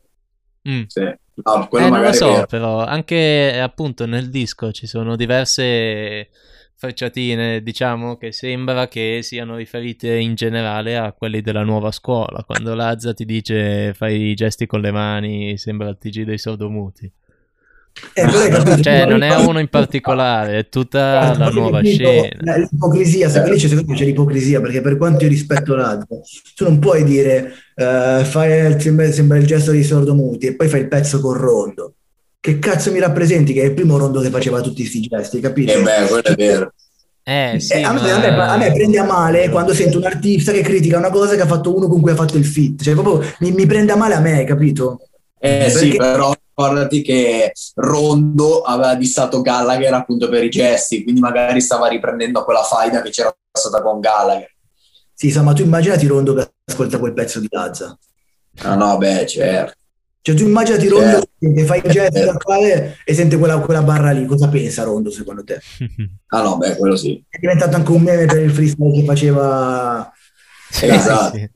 Mm. Sì. No, quello Eh, non lo magari è so, vero. però anche appunto nel disco ci sono diverse frecciatine, diciamo, che sembra che siano riferite in generale a quelli della nuova scuola. Quando Lazza ti dice fai i gesti con le mani, sembra il T G dei sordomuti. Eh, però hai capito? Cioè, non è uno in particolare, è tutta la nuova scena. L'ipocrisia, secondo me c'è, secondo me c'è l'ipocrisia, perché per quanto io rispetto l'altro, tu non puoi dire eh, fai, sembra, sembra il gesto dei sordomuti e poi fai il pezzo col rondo. Che cazzo mi rappresenti? Che è il primo rondo che faceva tutti questi gesti, capito? Eh beh, quello è vero. Eh, Eh, sì, a, me, ma... a me- a me prende a male quando sento un artista che critica una cosa che ha fatto uno con cui ha fatto il feat, cioè proprio mi, mi prende a male a me, capito? Eh sì, Perché- però ricordati che Rondo aveva dissato Gallagher appunto per i gesti, quindi magari stava riprendendo quella faida che c'era stata con Gallagher. Sì, insomma, tu immaginati Rondo che ascolta quel pezzo di Lazza. Ah no, beh, certo. Cioè, tu immaginati Rondo Certo. che fai il gesto da fare e sente quella, quella barra lì. Cosa pensa Rondo, secondo te? Ah no, beh, quello sì. È diventato anche un meme per il freestyle che faceva. Sì, Esatto. sì.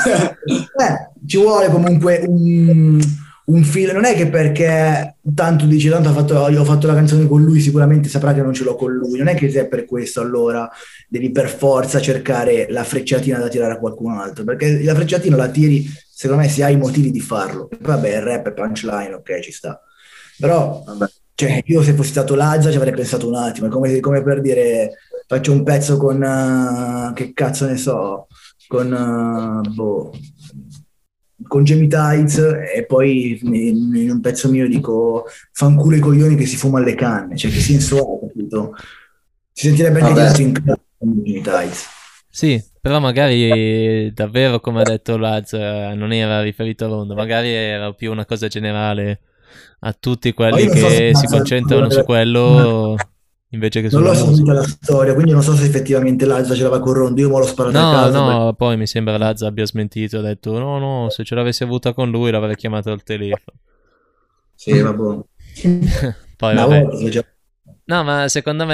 Eh, ci vuole comunque un, un filo. Non è che perché tanto dici, tanto ho fatto, io ho fatto la canzone con lui, sicuramente saprà che non ce l'ho con lui. Non è che se è per questo allora devi per forza cercare la frecciatina da tirare a qualcun altro, perché la frecciatina la tiri, secondo me, se hai i motivi di farlo. E poi, vabbè, il rap è punchline, ok, ci sta. Però, Vabbè. cioè, io se fossi stato Lazza ci avrei pensato un attimo, è come, come per dire, faccio un pezzo con, uh, che cazzo ne so, con, uh, boh, con Jamie Tights e poi in, in un pezzo mio dico fanculo i coglioni che si fumano le canne, cioè che senso ha, capito? Si sentirebbe anche Vabbè. tirato in casa con Jamie Tights. Sì, però magari davvero, come ha detto Laz, eh, non era riferito a Rondo, magari era più una cosa generale a tutti Ma quelli io non so se che si Lazza- concentrano su quello invece che Non sulla l'ho musica. seguita la storia, quindi non so se effettivamente Lazza ce l'aveva con Rondo, io me l'ho sparato a No, caso. no, poi mi sembra Laz abbia smentito, ha detto no, no, se ce l'avessi avuta con lui l'avrei chiamato al telefono. Sì, vabbè. Poi Una vabbè. volta già. No, ma secondo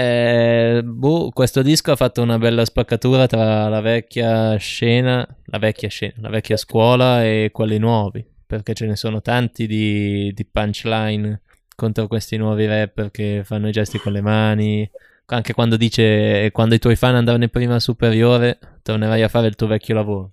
me eh, boh, questo disco ha fatto una bella spaccatura tra la vecchia scena, la vecchia scena, la vecchia scuola e quelli nuovi, perché ce ne sono tanti di, di punchline contro questi nuovi rapper che fanno i gesti con le mani, anche quando dice quando i tuoi fan andavano in prima superiore tornerai a fare il tuo vecchio lavoro.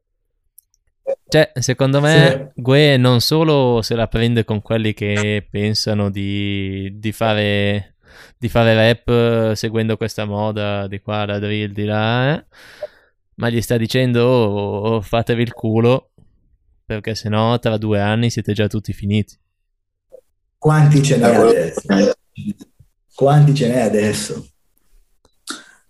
Cioè, secondo me, Sì. Gue non solo se la prende con quelli che pensano di, di fare di fare rap eh, seguendo questa moda di qua, la drill, di là, eh, ma gli sta dicendo oh, oh, fatevi il culo, perché sennò tra due anni siete già tutti finiti. Quanti ce n'è Eh, quello- adesso? Quanti ce n'è adesso?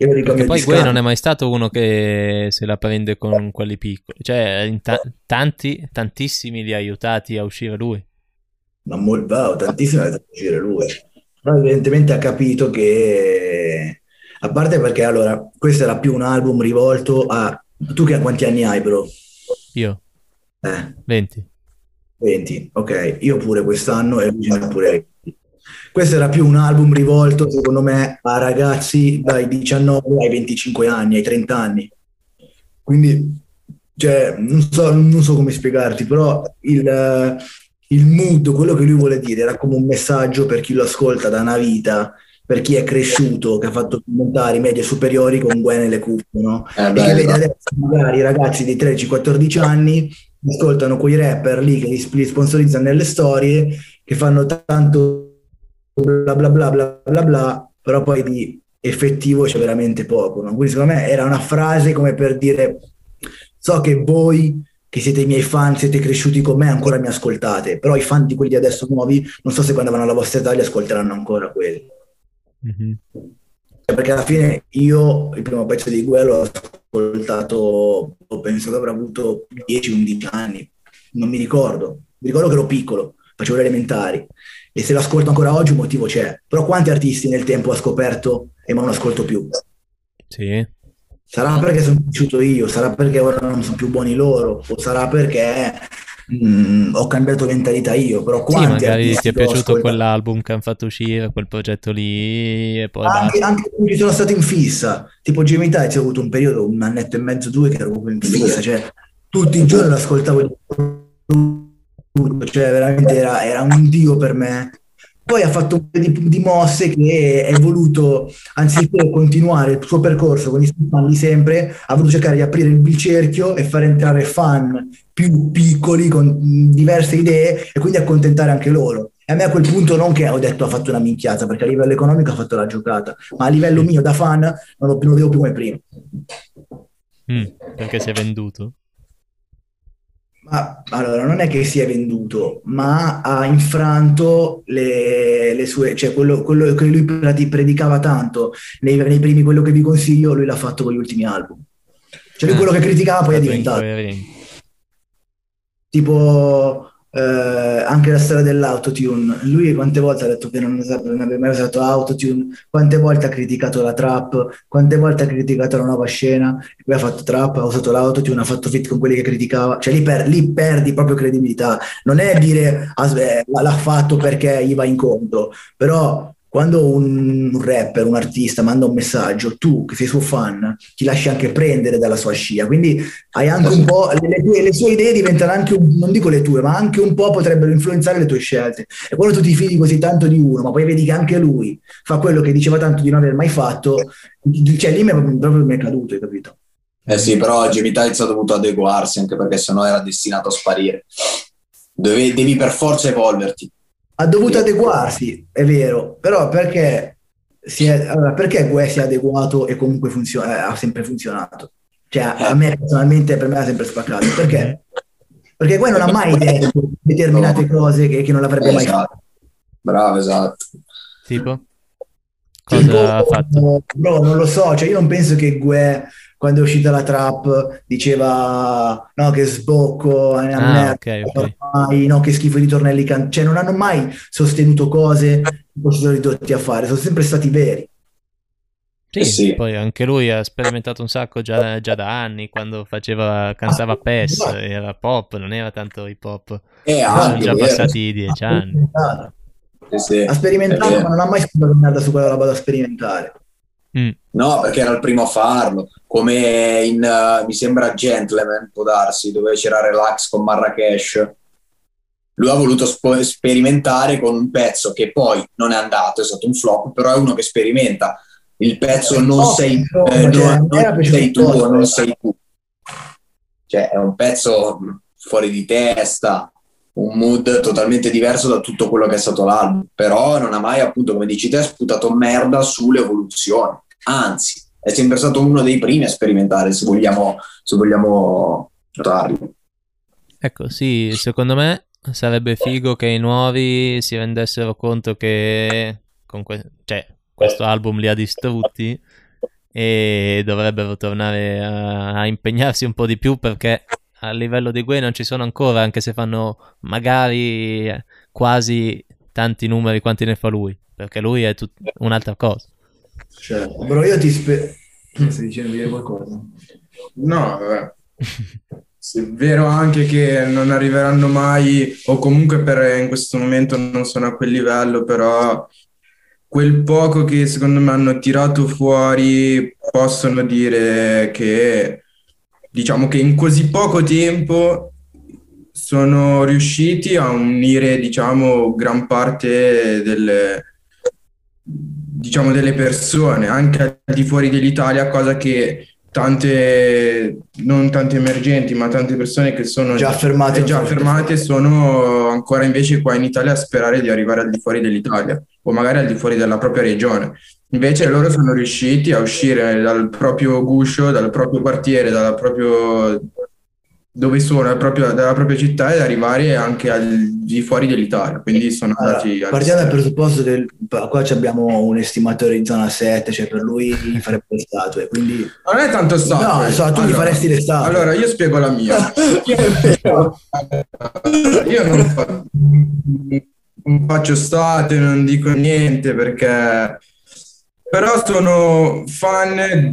Io lo dico a Perché mio poi Gue discapito. non è mai stato uno che se la prende con quelli piccoli. Cioè, in ta- tanti, tantissimi li ha aiutati a uscire lui. Ma molto, wow, tantissimo da uscire lui. Però evidentemente ha capito che, a parte perché allora, questo era più un album rivolto a... Tu che quanti anni hai, bro? Io, Eh, venti. venti, ok. Io pure quest'anno e lui ce n'ha pure venti. Questo era più un album rivolto, secondo me, a ragazzi dai diciannove ai venticinque anni, ai trenta anni. Quindi, cioè, non so, non so come spiegarti, però il, eh, il mood, quello che lui vuole dire, era come un messaggio per chi lo ascolta da una vita, per chi è cresciuto, che ha fatto elementari, medie superiori con Gwen nelle cuffie, no? Eh, E beh, che vede esatto. adesso magari i ragazzi di tredici quattordici anni ascoltano quei rapper lì che li, li sponsorizzano nelle storie, che fanno tanto bla bla bla bla bla bla, però poi di effettivo c'è veramente poco, no? Quindi secondo me era una frase come per dire so che voi che siete i miei fan, siete cresciuti con me, ancora mi ascoltate, però i fan di quelli di adesso nuovi, non so se quando vanno alla vostra età li ascolteranno ancora quelli. Mhm. Perché alla fine io il primo pezzo di Gue l'ho ascoltato, penso che avrà avuto dieci undici anni, non mi ricordo, mi ricordo che ero piccolo, facevo le elementari e se lo ascolto ancora oggi un motivo c'è, però quanti artisti nel tempo ho scoperto e non ascolto più? Sì. Sarà perché sono cresciuto io, sarà perché ora non sono più buoni loro, o sarà perché mm, ho cambiato mentalità io, però Sì, quanti magari ti artisti è che ho piaciuto ascoltato? quell'album che hanno fatto uscire, quel progetto lì, e poi Anche, basta. anche quelli che sono stato in fissa, tipo Jimmy Tights, ho avuto un periodo, un annetto e mezzo, due, che ero proprio in fissa, cioè tutti i giorni l'ascoltavo, di tutto, cioè veramente era, era un dio per me. Poi ha fatto un po' di, di mosse che è voluto, anziché continuare il suo percorso con i suoi fan di sempre, ha voluto cercare di aprire il cerchio e far entrare fan più piccoli con mh, diverse idee e quindi accontentare anche loro. E a me a quel punto non che ho detto ha fatto una minchiata, perché a livello economico ha fatto la giocata, ma a livello Mm. mio da fan non lo, non lo vedo più come prima. Mm, perché si è venduto. Ma allora non è che si è venduto, ma ha infranto le, le sue, cioè quello, quello che lui prati- predicava tanto nei, nei primi, quello che vi consiglio, lui l'ha fatto con gli ultimi album. Cioè lui Ah, quello che criticava è poi è stato diventato. incoerente. Tipo eh, anche la storia dell'autotune. Lui quante volte ha detto che non, usa- non aveva mai usato autotune, quante volte ha criticato la trap, quante volte ha criticato la nuova scena, e poi ha fatto trap, ha usato l'autotune, ha fatto feat con quelli che criticava, cioè lì, per- lì perdi proprio credibilità. Non è dire "Ah, eh, l'ha fatto perché gli va incontro", però quando un, un rapper, un artista manda un messaggio, tu che sei suo fan, ti lasci anche prendere dalla sua scia, quindi hai anche un po', le, le tue- le sue idee diventano anche, un, non dico le tue, ma anche un po' potrebbero influenzare le tue scelte. E quando tu ti fidi così tanto di uno, ma poi vedi che anche lui fa quello che diceva tanto di non aver mai fatto, cioè lì mi è proprio proprio mi è caduto, hai capito? Eh sì, però Jimmy Tights ha dovuto adeguarsi anche perché sennò era destinato a sparire. Dove- devi per forza evolverti. Ha dovuto adeguarsi, è vero, però perché, si è, allora, perché Gue si è adeguato e comunque funziona, eh, ha sempre funzionato? Cioè, a Eh, me personalmente, per me ha sempre spaccato. Mhm. Perché? Perché Gue non ha perché mai detto determinate cose che, che non l'avrebbe Eh, mai fatto. esatto. Bravo, esatto. Tipo? Tipo, Cosa ha fatto? bro, non lo so, cioè io non penso che Gue, quando è uscita la trap, diceva no, che sbocco, è una Ah, merda, ok, ok. ormai, no, che schifo i ritornelli, can-". Cioè non hanno mai sostenuto cose che poi si sono ridotti a fare, sono sempre stati veri. Eh Sì, sì. poi anche lui ha sperimentato un sacco già, già da anni, quando faceva, cantava PES, Esatto, era pop, non era tanto hip hop. E E sono anche, già vero. passati ha dieci anni. sperimentato, Sì, sì, ha è sperimentato, ma vero. non ha mai sparato merda su quella roba da sperimentare. Mm. No, perché era il primo a farlo. Come in, eh, mi sembra Gentleman, può darsi, dove c'era Relax con Marrakesh. Lui ha voluto spo- sperimentare con un pezzo che poi non è andato, è stato un flop, però è uno che sperimenta. Il pezzo non Oh, sei, eh, insomma, cioè, non, a me non era piaciuto sei un tu o non po'. sei tu. Cioè, è un pezzo fuori di testa, un mood totalmente diverso da tutto quello che è stato l'album, però non ha mai, appunto, come dici te, sputato merda sull'evoluzione. Anzi, è sempre stato uno dei primi a sperimentare, se vogliamo, se vogliamo notarlo. Ecco, sì, secondo me sarebbe figo che i nuovi si rendessero conto che con que- cioè, questo album li ha distrutti e dovrebbero tornare a, a impegnarsi un po' di più, perché a livello di Gue non ci sono ancora, anche se fanno magari quasi tanti numeri quanti ne fa lui, perché lui è tut- un'altra cosa. Certo. Però io ti spero... Stai dicendo di dire qualcosa? No, vabbè. Sì, è vero anche che non arriveranno mai, o comunque per in questo momento non sono a quel livello, però quel poco che secondo me hanno tirato fuori possono dire che, diciamo che in così poco tempo sono riusciti a unire, diciamo, gran parte delle, diciamo, delle persone, anche al di fuori dell'Italia, cosa che tante, non tante emergenti, ma tante persone che sono Già affermate, eh, non già sono affermate sono ancora invece qua in Italia a sperare di arrivare al di fuori dell'Italia o magari al di fuori della propria regione. Invece loro sono riusciti a uscire dal proprio guscio, dal proprio quartiere, dal proprio dove sono, dal proprio- dalla propria città, ed arrivare anche al di fuori dell'Italia. Quindi sono Allora, andati partiamo dal all'estero. presupposto che qua ci abbiamo un estimatore di zona sette, cioè per lui farebbe le statue, quindi... Non è tanto statue. No, so, tu gli Allora- faresti le statue. Allora, io spiego la mia. Io, io non, fa- non faccio statue, non dico niente perché... Però sono fan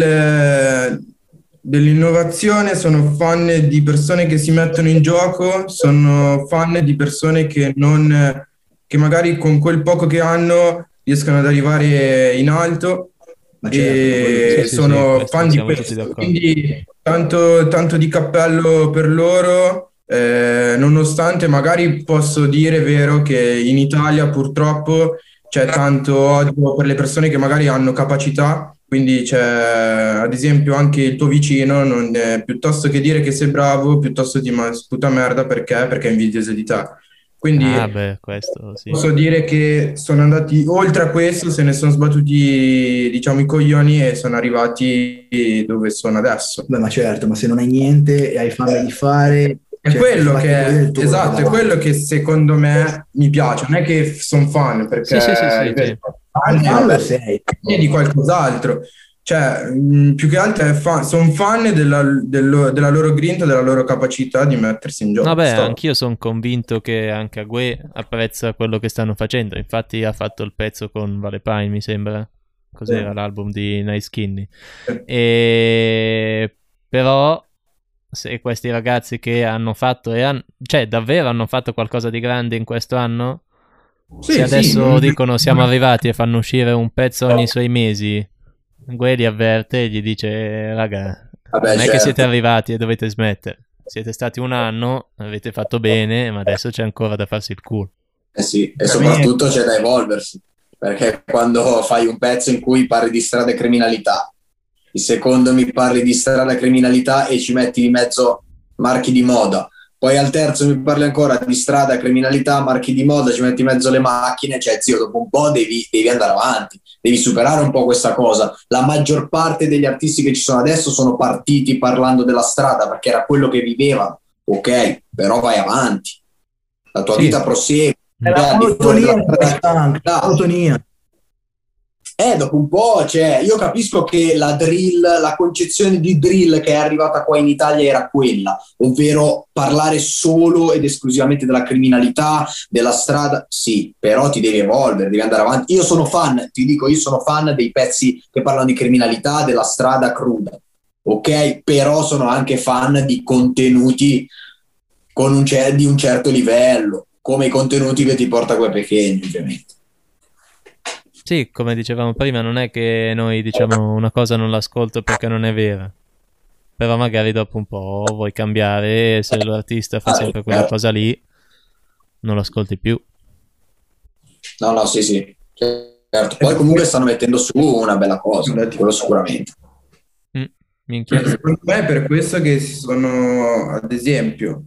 del, dell'innovazione, sono fan di persone che si mettono in gioco, sono fan di persone che non, che magari con quel poco che hanno riescono ad arrivare in alto. Ma certo, E Sì, sì, sì, sono questo fan di siamo tutti questo, d'accordo. quindi tanto, tanto di cappello per loro, eh, nonostante magari posso dire, vero, che in Italia purtroppo c'è tanto odio per le persone che magari hanno capacità, quindi c'è ad esempio anche il tuo vicino, non è- piuttosto che dire che sei bravo, piuttosto ti ma- sputa merda perché? Perché è invidioso di te. Quindi Ah, beh, questo sì. posso dire che sono andati oltre a questo, se ne sono sbattuti, diciamo, i coglioni e sono arrivati dove sono adesso. Beh, ma certo, ma se non hai niente e hai fame di fare... È cioè, quello fatti che, quello del tuo esatto, è lavoro. quello che secondo me mi piace, non è che sono fan, perché Sì, sì, sì, sì, ripeto, sì. fan Fan è- lo sei. è di qualcos'altro. Cioè, mh, più che altro è fan, sono fan della, dello- della loro grinta, della loro capacità di mettersi in gioco. Vabbè, Sto- anch'io sono convinto che anche a Gue apprezza quello che stanno facendo. Infatti ha fatto il pezzo con Vale Pine, mi sembra. Cos'era Sì. l'album di Nice Skinny. Sì. E... Però se questi ragazzi che hanno fatto e han- cioè davvero hanno fatto qualcosa di grande in questo anno, Sì, se sì, adesso non- dicono siamo arrivati e fanno uscire un pezzo ogni sei mesi, Gue li avverte e gli dice raga, Vabbè, non è che certo. siete arrivati e dovete smettere, siete stati un anno, avete fatto bene, ma adesso c'è ancora da farsi il culo. Eh sì, e Per soprattutto c'è da evolversi, perché quando fai un pezzo in cui parli di strada e criminalità, il secondo mi parli di strada e criminalità e ci metti di mezzo marchi di moda, poi al terzo mi parli ancora di strada e criminalità, marchi di moda, ci metti in mezzo le macchine, cioè zio, dopo un po' devi, devi andare avanti, devi superare un po' questa cosa. La maggior parte degli artisti che ci sono adesso sono partiti parlando della strada perché era quello che vivevano, ok, però vai avanti, la tua Sì. vita prosegue. È la Al di fuori monotonia, della strada- anche, la monotonia. Eh, dopo un po', cioè, io capisco che la drill, la concezione di drill che è arrivata qua in Italia era quella, ovvero parlare solo ed esclusivamente della criminalità, della strada, sì, però ti devi evolvere, devi andare avanti. Io sono fan, ti dico, io sono fan dei pezzi che parlano di criminalità, della strada cruda, ok? Però sono anche fan di contenuti con un cer- di un certo livello, come i contenuti che ti porta quei pequeño, ovviamente. Sì, come dicevamo prima, non è che noi diciamo una cosa non l'ascolto perché non è vera, però magari dopo un po' vuoi cambiare e se l'artista fa Ah, sempre quella certo. cosa lì non lo ascolti più. No, no, sì, sì. Certo. Poi comunque stanno mettendo su una bella cosa, quello sicuramente. Mm, minchia. Secondo me è per questo che si sono, ad esempio,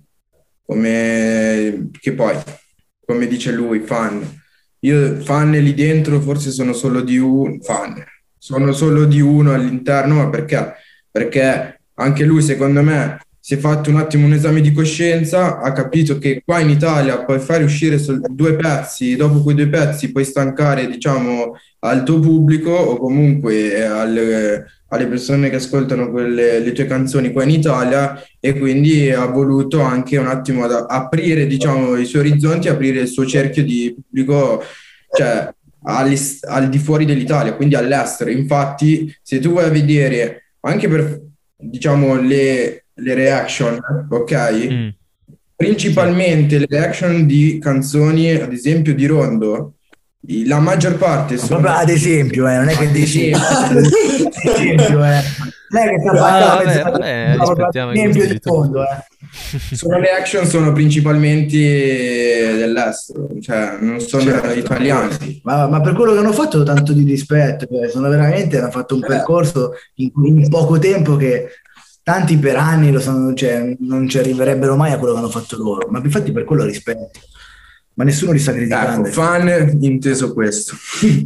come che poi, come dice lui, fan. Io fan lì dentro forse sono solo di un fan, sono solo di uno all'interno, ma perché? Perché anche lui, secondo me, si è fatto un attimo un esame di coscienza, ha capito che qua in Italia puoi fare uscire sol- due pezzi, dopo quei due pezzi puoi stancare, diciamo, al tuo pubblico o comunque alle, alle persone che ascoltano quelle, le tue canzoni qua in Italia, e quindi ha voluto anche un attimo ad- aprire, diciamo, i suoi orizzonti, aprire il suo cerchio di pubblico, cioè all'es- al di fuori dell'Italia, quindi all'estero. Infatti, se tu vai a vedere anche per, diciamo, le, le reaction, ok? Mm, sì. Principalmente le reaction di canzoni, ad esempio di Rondo, i- la maggior parte Ma sono... proprio ad esempio, eh, non è che Ad dici esempio. ad esempio, eh. Non è che sta Ah, facendo vabbè, pensare vabbè, proprio ad rispettiamo i esempio gusti di di tutti. fondo, eh. Sono le action sono principalmente dell'estero, cioè non sono Certo. italiani. Ma, ma per quello che hanno fatto tanto di rispetto, cioè, sono veramente, hanno fatto un Eh. percorso in, in poco tempo che tanti per anni lo sanno, cioè, non ci arriverebbero mai a quello che hanno fatto loro, ma infatti per quello rispetto, ma nessuno li sta criticando. Ecco, fan inteso questo.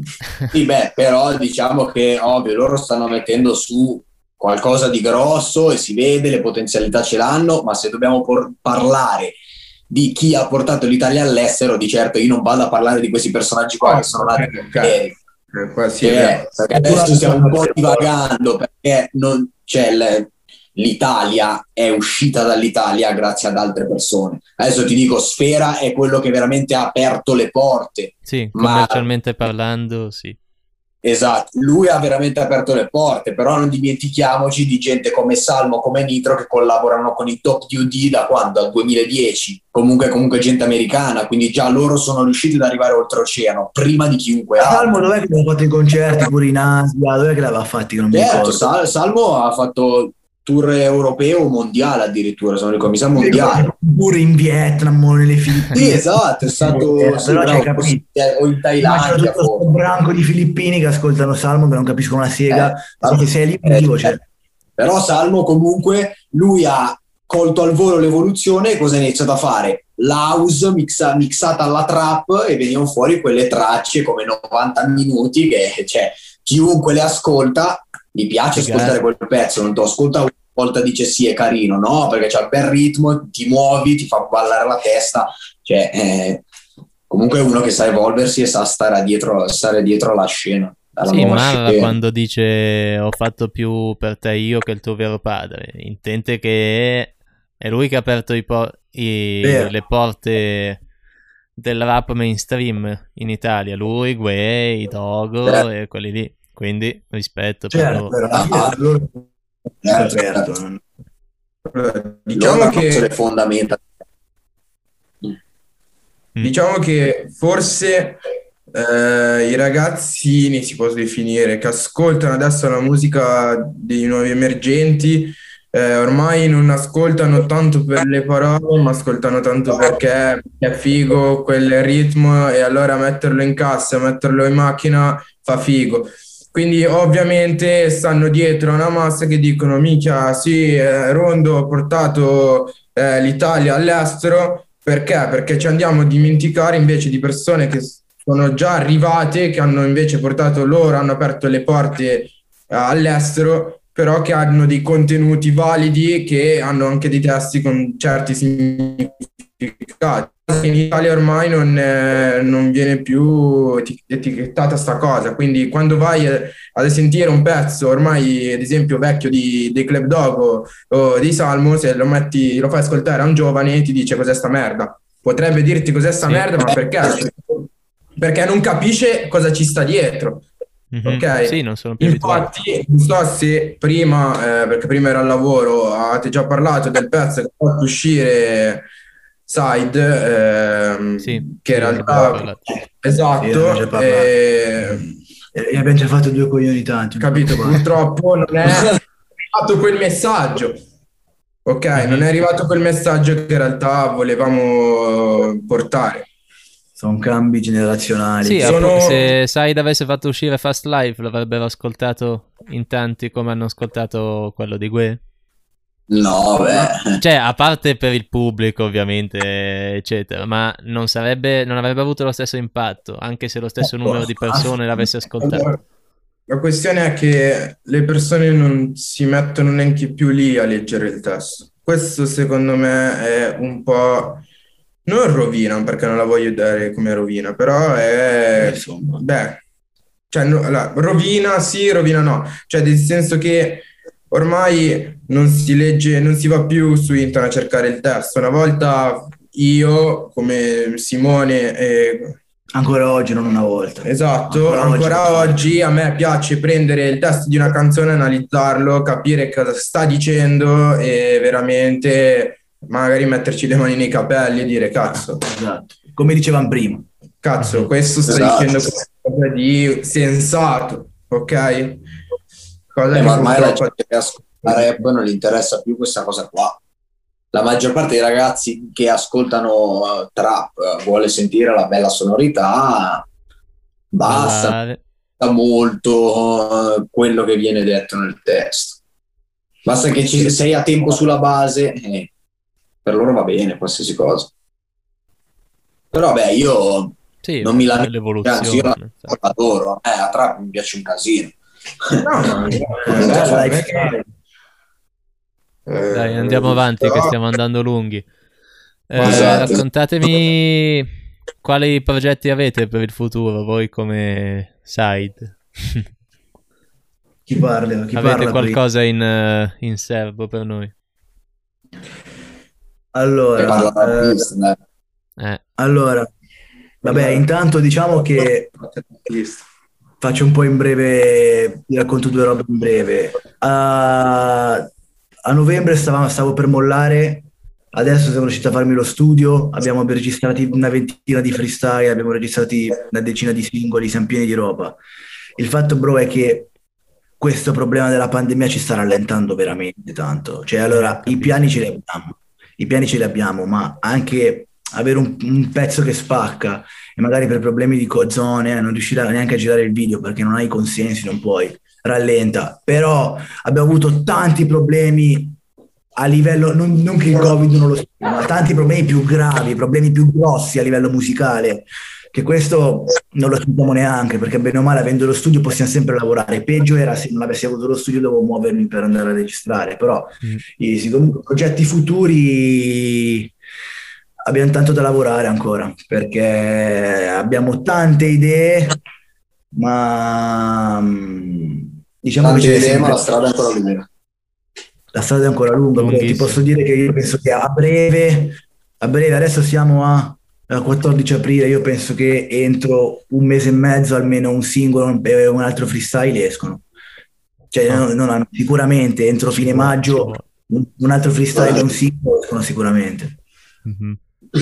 Sì, beh, però diciamo che ovvio, loro stanno mettendo su qualcosa di grosso e si vede, le potenzialità ce l'hanno, ma se dobbiamo por- parlare di chi ha portato l'Italia all'estero, di certo io non vado a parlare di questi personaggi qua che sono nati Ok, ok. ieri. Eh, qua sì, è Cioè, vero. perché adesso stiamo un po' divagando, perché non, cioè, l- l'Italia è uscita dall'Italia grazie ad altre persone. Adesso ti dico, Sfera è quello che veramente ha aperto le porte. Sì, Ma- commercialmente parlando, sì. Esatto, lui ha veramente aperto le porte, però non dimentichiamoci di gente come Salmo, come Nitro, che collaborano con i Top D O D da quando? Dal duemiladieci. Comunque, comunque gente americana, quindi già loro sono riusciti ad arrivare oltreoceano, prima di chiunque altro. Salmo dov'è che aveva fatto i concerti pure in Asia? Dov'è che l'aveva fatti? Che non mi Certo, ricordo. Sal- Salmo ha fatto tour europeo, mondiale addirittura, se non ricordo, mi sa mondiale. Pure in Vietnam o nelle Filippine. Sì, esatto, è stato Eh, sì, però bravo, c'hai capito. o in Ma c'è Thailandia tutto questo forse. branco di filippini che ascoltano Salmo che non capiscono una sega, Eh, perché sei lì eh, vivo, cioè. Però Salmo comunque lui ha colto al volo l'evoluzione e cosa ha iniziato a fare? L'house mixa- mixata alla trap e venivano fuori quelle tracce come novanta minuti che cioè, chiunque le ascolta gli piace Figata. ascoltare quel pezzo, non ti ascolta una volta dice sì è carino, no, perché c'ha il bel ritmo, ti muovi, ti fa ballare la testa, cioè eh, comunque è uno che sa evolversi e sa stare dietro, stare dietro alla scena. alla Sì, nuova Marra scena. quando dice ho fatto più per te io che il tuo vero padre, intende che è lui che ha aperto i po- i- Vero. le porte del rap mainstream in Italia, lui, Guè, Dogo Eh. e quelli lì, quindi rispetto per Certo, loro. però alla fine Ah, loro eh, hanno certo. aperto, non- Allora, Diciamo diciamo che le che fondamenta. Mm. Diciamo che forse eh, i ragazzini, si può definire, che ascoltano adesso la musica dei nuovi emergenti, eh, ormai non ascoltano tanto per le parole, ma ascoltano tanto perché è figo quel ritmo e allora metterlo in cassa, metterlo in macchina fa figo. Quindi ovviamente stanno dietro a una massa che dicono, minchia, sì, eh, Rondo ha portato eh, l'Italia all'estero. Perché? Perché ci andiamo a dimenticare invece di persone che sono già arrivate, che hanno invece portato loro, hanno aperto le porte eh, all'estero, però che hanno dei contenuti validi, che hanno anche dei testi con certi significati. In Italia ormai non, eh, non viene più eti- etichettata sta cosa, quindi quando vai a, a sentire un pezzo ormai, ad esempio, vecchio di, dei Club Dogo o di Salmo, se lo metti, lo fai ascoltare a un giovane ti dice cos'è sta merda. Potrebbe dirti cos'è sta Sì. merda, ma perché? Perché non capisce cosa ci sta dietro. Mhm. Ok? Sì, non sono più abituato. Infatti, non so se prima, eh, perché prima era al lavoro, avete già parlato del pezzo che ha fatto uscire Side, ehm, Sì, che in sì, ne abbiamo realtà, parlato. Sì, abbiamo esatto, già parlato. eh, E abbiamo già fatto due coglioni tanti. non capito, preoccupare. purtroppo non è arrivato quel messaggio. Ok, Mhm. non è arrivato quel messaggio che in realtà volevamo portare. Sono cambi generazionali. Sì, Sono- appunto, se Side avesse fatto uscire Fast Life l'avrebbero ascoltato in tanti come hanno ascoltato quello di Guè. No, beh. Cioè, a parte per il pubblico, ovviamente, eccetera, ma non sarebbe, non avrebbe avuto lo stesso impatto, anche se lo stesso numero di persone l'avesse ascoltato. Allora, la questione è che le persone non si mettono neanche più lì a leggere il testo. questo secondo me è un po', non rovina, perché non la voglio dare come rovina, però è, Insomma. beh, cioè, no, allora, rovina sì, rovina no, cioè nel senso che ormai non si legge, non si va più su internet a cercare il testo. Una volta io, come Simone, eh, Ancora oggi, non una volta. esatto, Ancora oggi ancora lo faccio. oggi a me piace prendere il testo di una canzone, analizzarlo, capire cosa sta dicendo e veramente magari metterci le mani nei capelli e dire cazzo, Esatto. Come dicevamo prima. cazzo, questo sta Esatto. dicendo qualcosa di sensato, ok? Cosa Eh, che ma ormai la purtroppo... gente che ascolta rap non gli interessa più questa cosa qua. La maggior parte dei ragazzi che ascoltano uh, trap uh, vuole sentire la bella sonorità, basta Ballare. molto uh, quello che viene detto nel testo. Basta che ci sei a tempo sulla base, eh, per loro va bene qualsiasi cosa. Però beh, io Sì, non mi è lamento, anzi io l'evoluzione. la adoro, eh, a trap mi piace un casino. No, ma- Eh, cioè, lifestyle. eh, Dai, andiamo avanti che però- stiamo andando lunghi. Eh, Esatto. Raccontatemi quali progetti avete per il futuro, voi come side. Chi parla? Chi Avete parla qualcosa in, eh, in serbo per noi? E Allora, parla eh, l'artista, eh. Eh, allora, vabbè, intanto diciamo che faccio un po' in breve, vi racconto due robe in breve. A, a novembre stavamo- stavo per mollare, adesso siamo riusciti a farmi lo studio, abbiamo registrati una ventina di freestyle, abbiamo registrati una decina di singoli, siamo pieni di roba. Il fatto, bro, è che questo problema della pandemia ci sta rallentando veramente tanto. Cioè, allora, i piani ce li abbiamo, i piani ce li abbiamo, ma anche avere un, un pezzo che spacca e magari per problemi di co- zone non riuscirà neanche a girare il video perché non hai i consensi, non puoi, rallenta. Però abbiamo avuto tanti problemi a livello, non, non che il Covid non lo sia, ma tanti problemi più gravi, problemi più grossi a livello musicale, che questo non lo sentiamo neanche, perché bene o male avendo lo studio possiamo sempre lavorare. Peggio era se non avessi avuto lo studio, dovevo muovermi per andare a registrare, però mm. i sì, comunque, progetti futuri abbiamo tanto da lavorare ancora, perché abbiamo tante idee, ma mm, diciamo che Tante c'è idee, sempre... ma la strada è ancora lunga. La strada è ancora lunga, bro. Ti Lunghissima. posso dire che io penso che a breve, a breve, adesso siamo a, a quattordici aprile, io penso che entro un mese e mezzo almeno un singolo e un altro freestyle escono. Cioè, Ah. non- non- sicuramente entro fine vuole, ci maggio vuole. un, un altro freestyle e un singolo escono sicuramente. Mhm.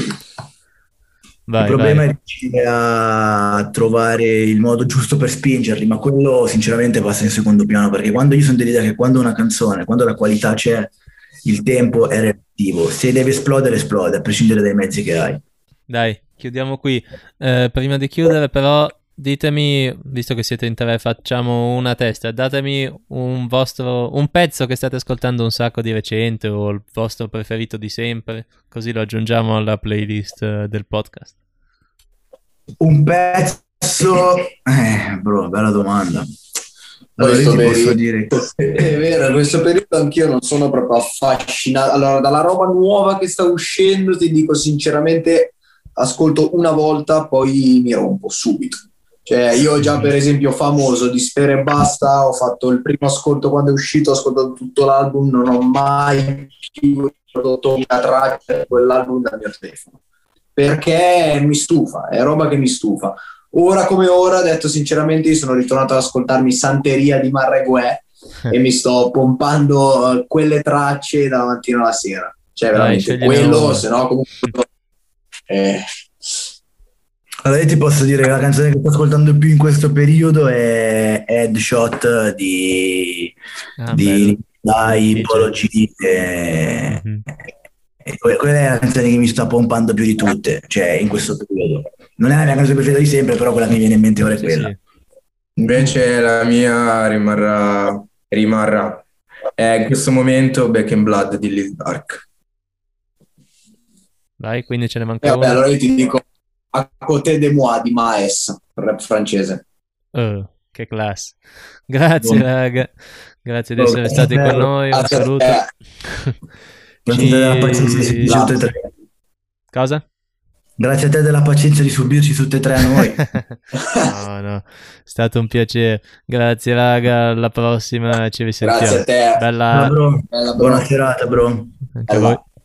Il Vai, problema vai. è riuscire a trovare il modo giusto per spingerli, ma quello sinceramente passa in secondo piano, perché quando io sono dell'idea che quando una canzone, quando la qualità c'è, il tempo è relativo. Se deve esplodere, esplode, a prescindere dai mezzi che hai. Dai, chiudiamo qui. Eh, prima di chiudere, però, ditemi, visto che siete in tre, facciamo una testa. Datemi un vostro, un pezzo che state ascoltando un sacco di recente o il vostro preferito di sempre, così lo aggiungiamo alla playlist eh, del podcast. Un pezzo... Eh, bro, bella domanda. Allora, io Questo ti posso periodo- dire... È vero, in questo periodo anch'io non sono proprio affascinato. Allora, dalla roba nuova che sta uscendo, ti dico sinceramente, ascolto una volta, poi mi rompo subito. Cioè, io già per esempio famoso di Sfera e Basta, ho fatto il primo ascolto quando è uscito, ho ascoltato tutto l'album, non ho mai più prodotto una traccia di quell'album dal mio telefono. Perché mi stufa, è roba che mi stufa. Ora come ora, detto sinceramente, io sono ritornato ad ascoltarmi Santeria di Marreguè e mi sto pompando eh, quelle tracce dalla mattina alla sera. Cioè, Dai, veramente, scegliene quello, una. se no comunque... Eh, Allora, io ti posso dire che la canzone che sto ascoltando più in questo periodo è Headshot di, Ah, di Dai, bello. Polo G. E, Mhm. e que- quella è la canzone che mi sta pompando più di tutte, cioè in questo periodo. Non è la mia canzone preferita di sempre, però quella che mi viene in mente ora è Sì, quella. sì. Invece la mia rimarrà, rimarrà. È in questo momento Back in Blood di Lil Dark. Vai, quindi ce ne e manca vabbè, uno. allora io ti dico A côté de moi di Maes, rap francese. Oh, che classe. Grazie, Buon- raga. Grazie di Oh, essere stati con bello. noi. Un Grazie a saluto. te. Grazie a te della pazienza di subirci tutte e tre. Cosa? Grazie a te della pazienza di subirci tutte e tre a noi. No, no, è stato un piacere. Grazie raga, alla prossima ci risentiamo. Grazie a te. Bella, Ciao, bro. Bella, bro. Buona serata, bro. anche a voi.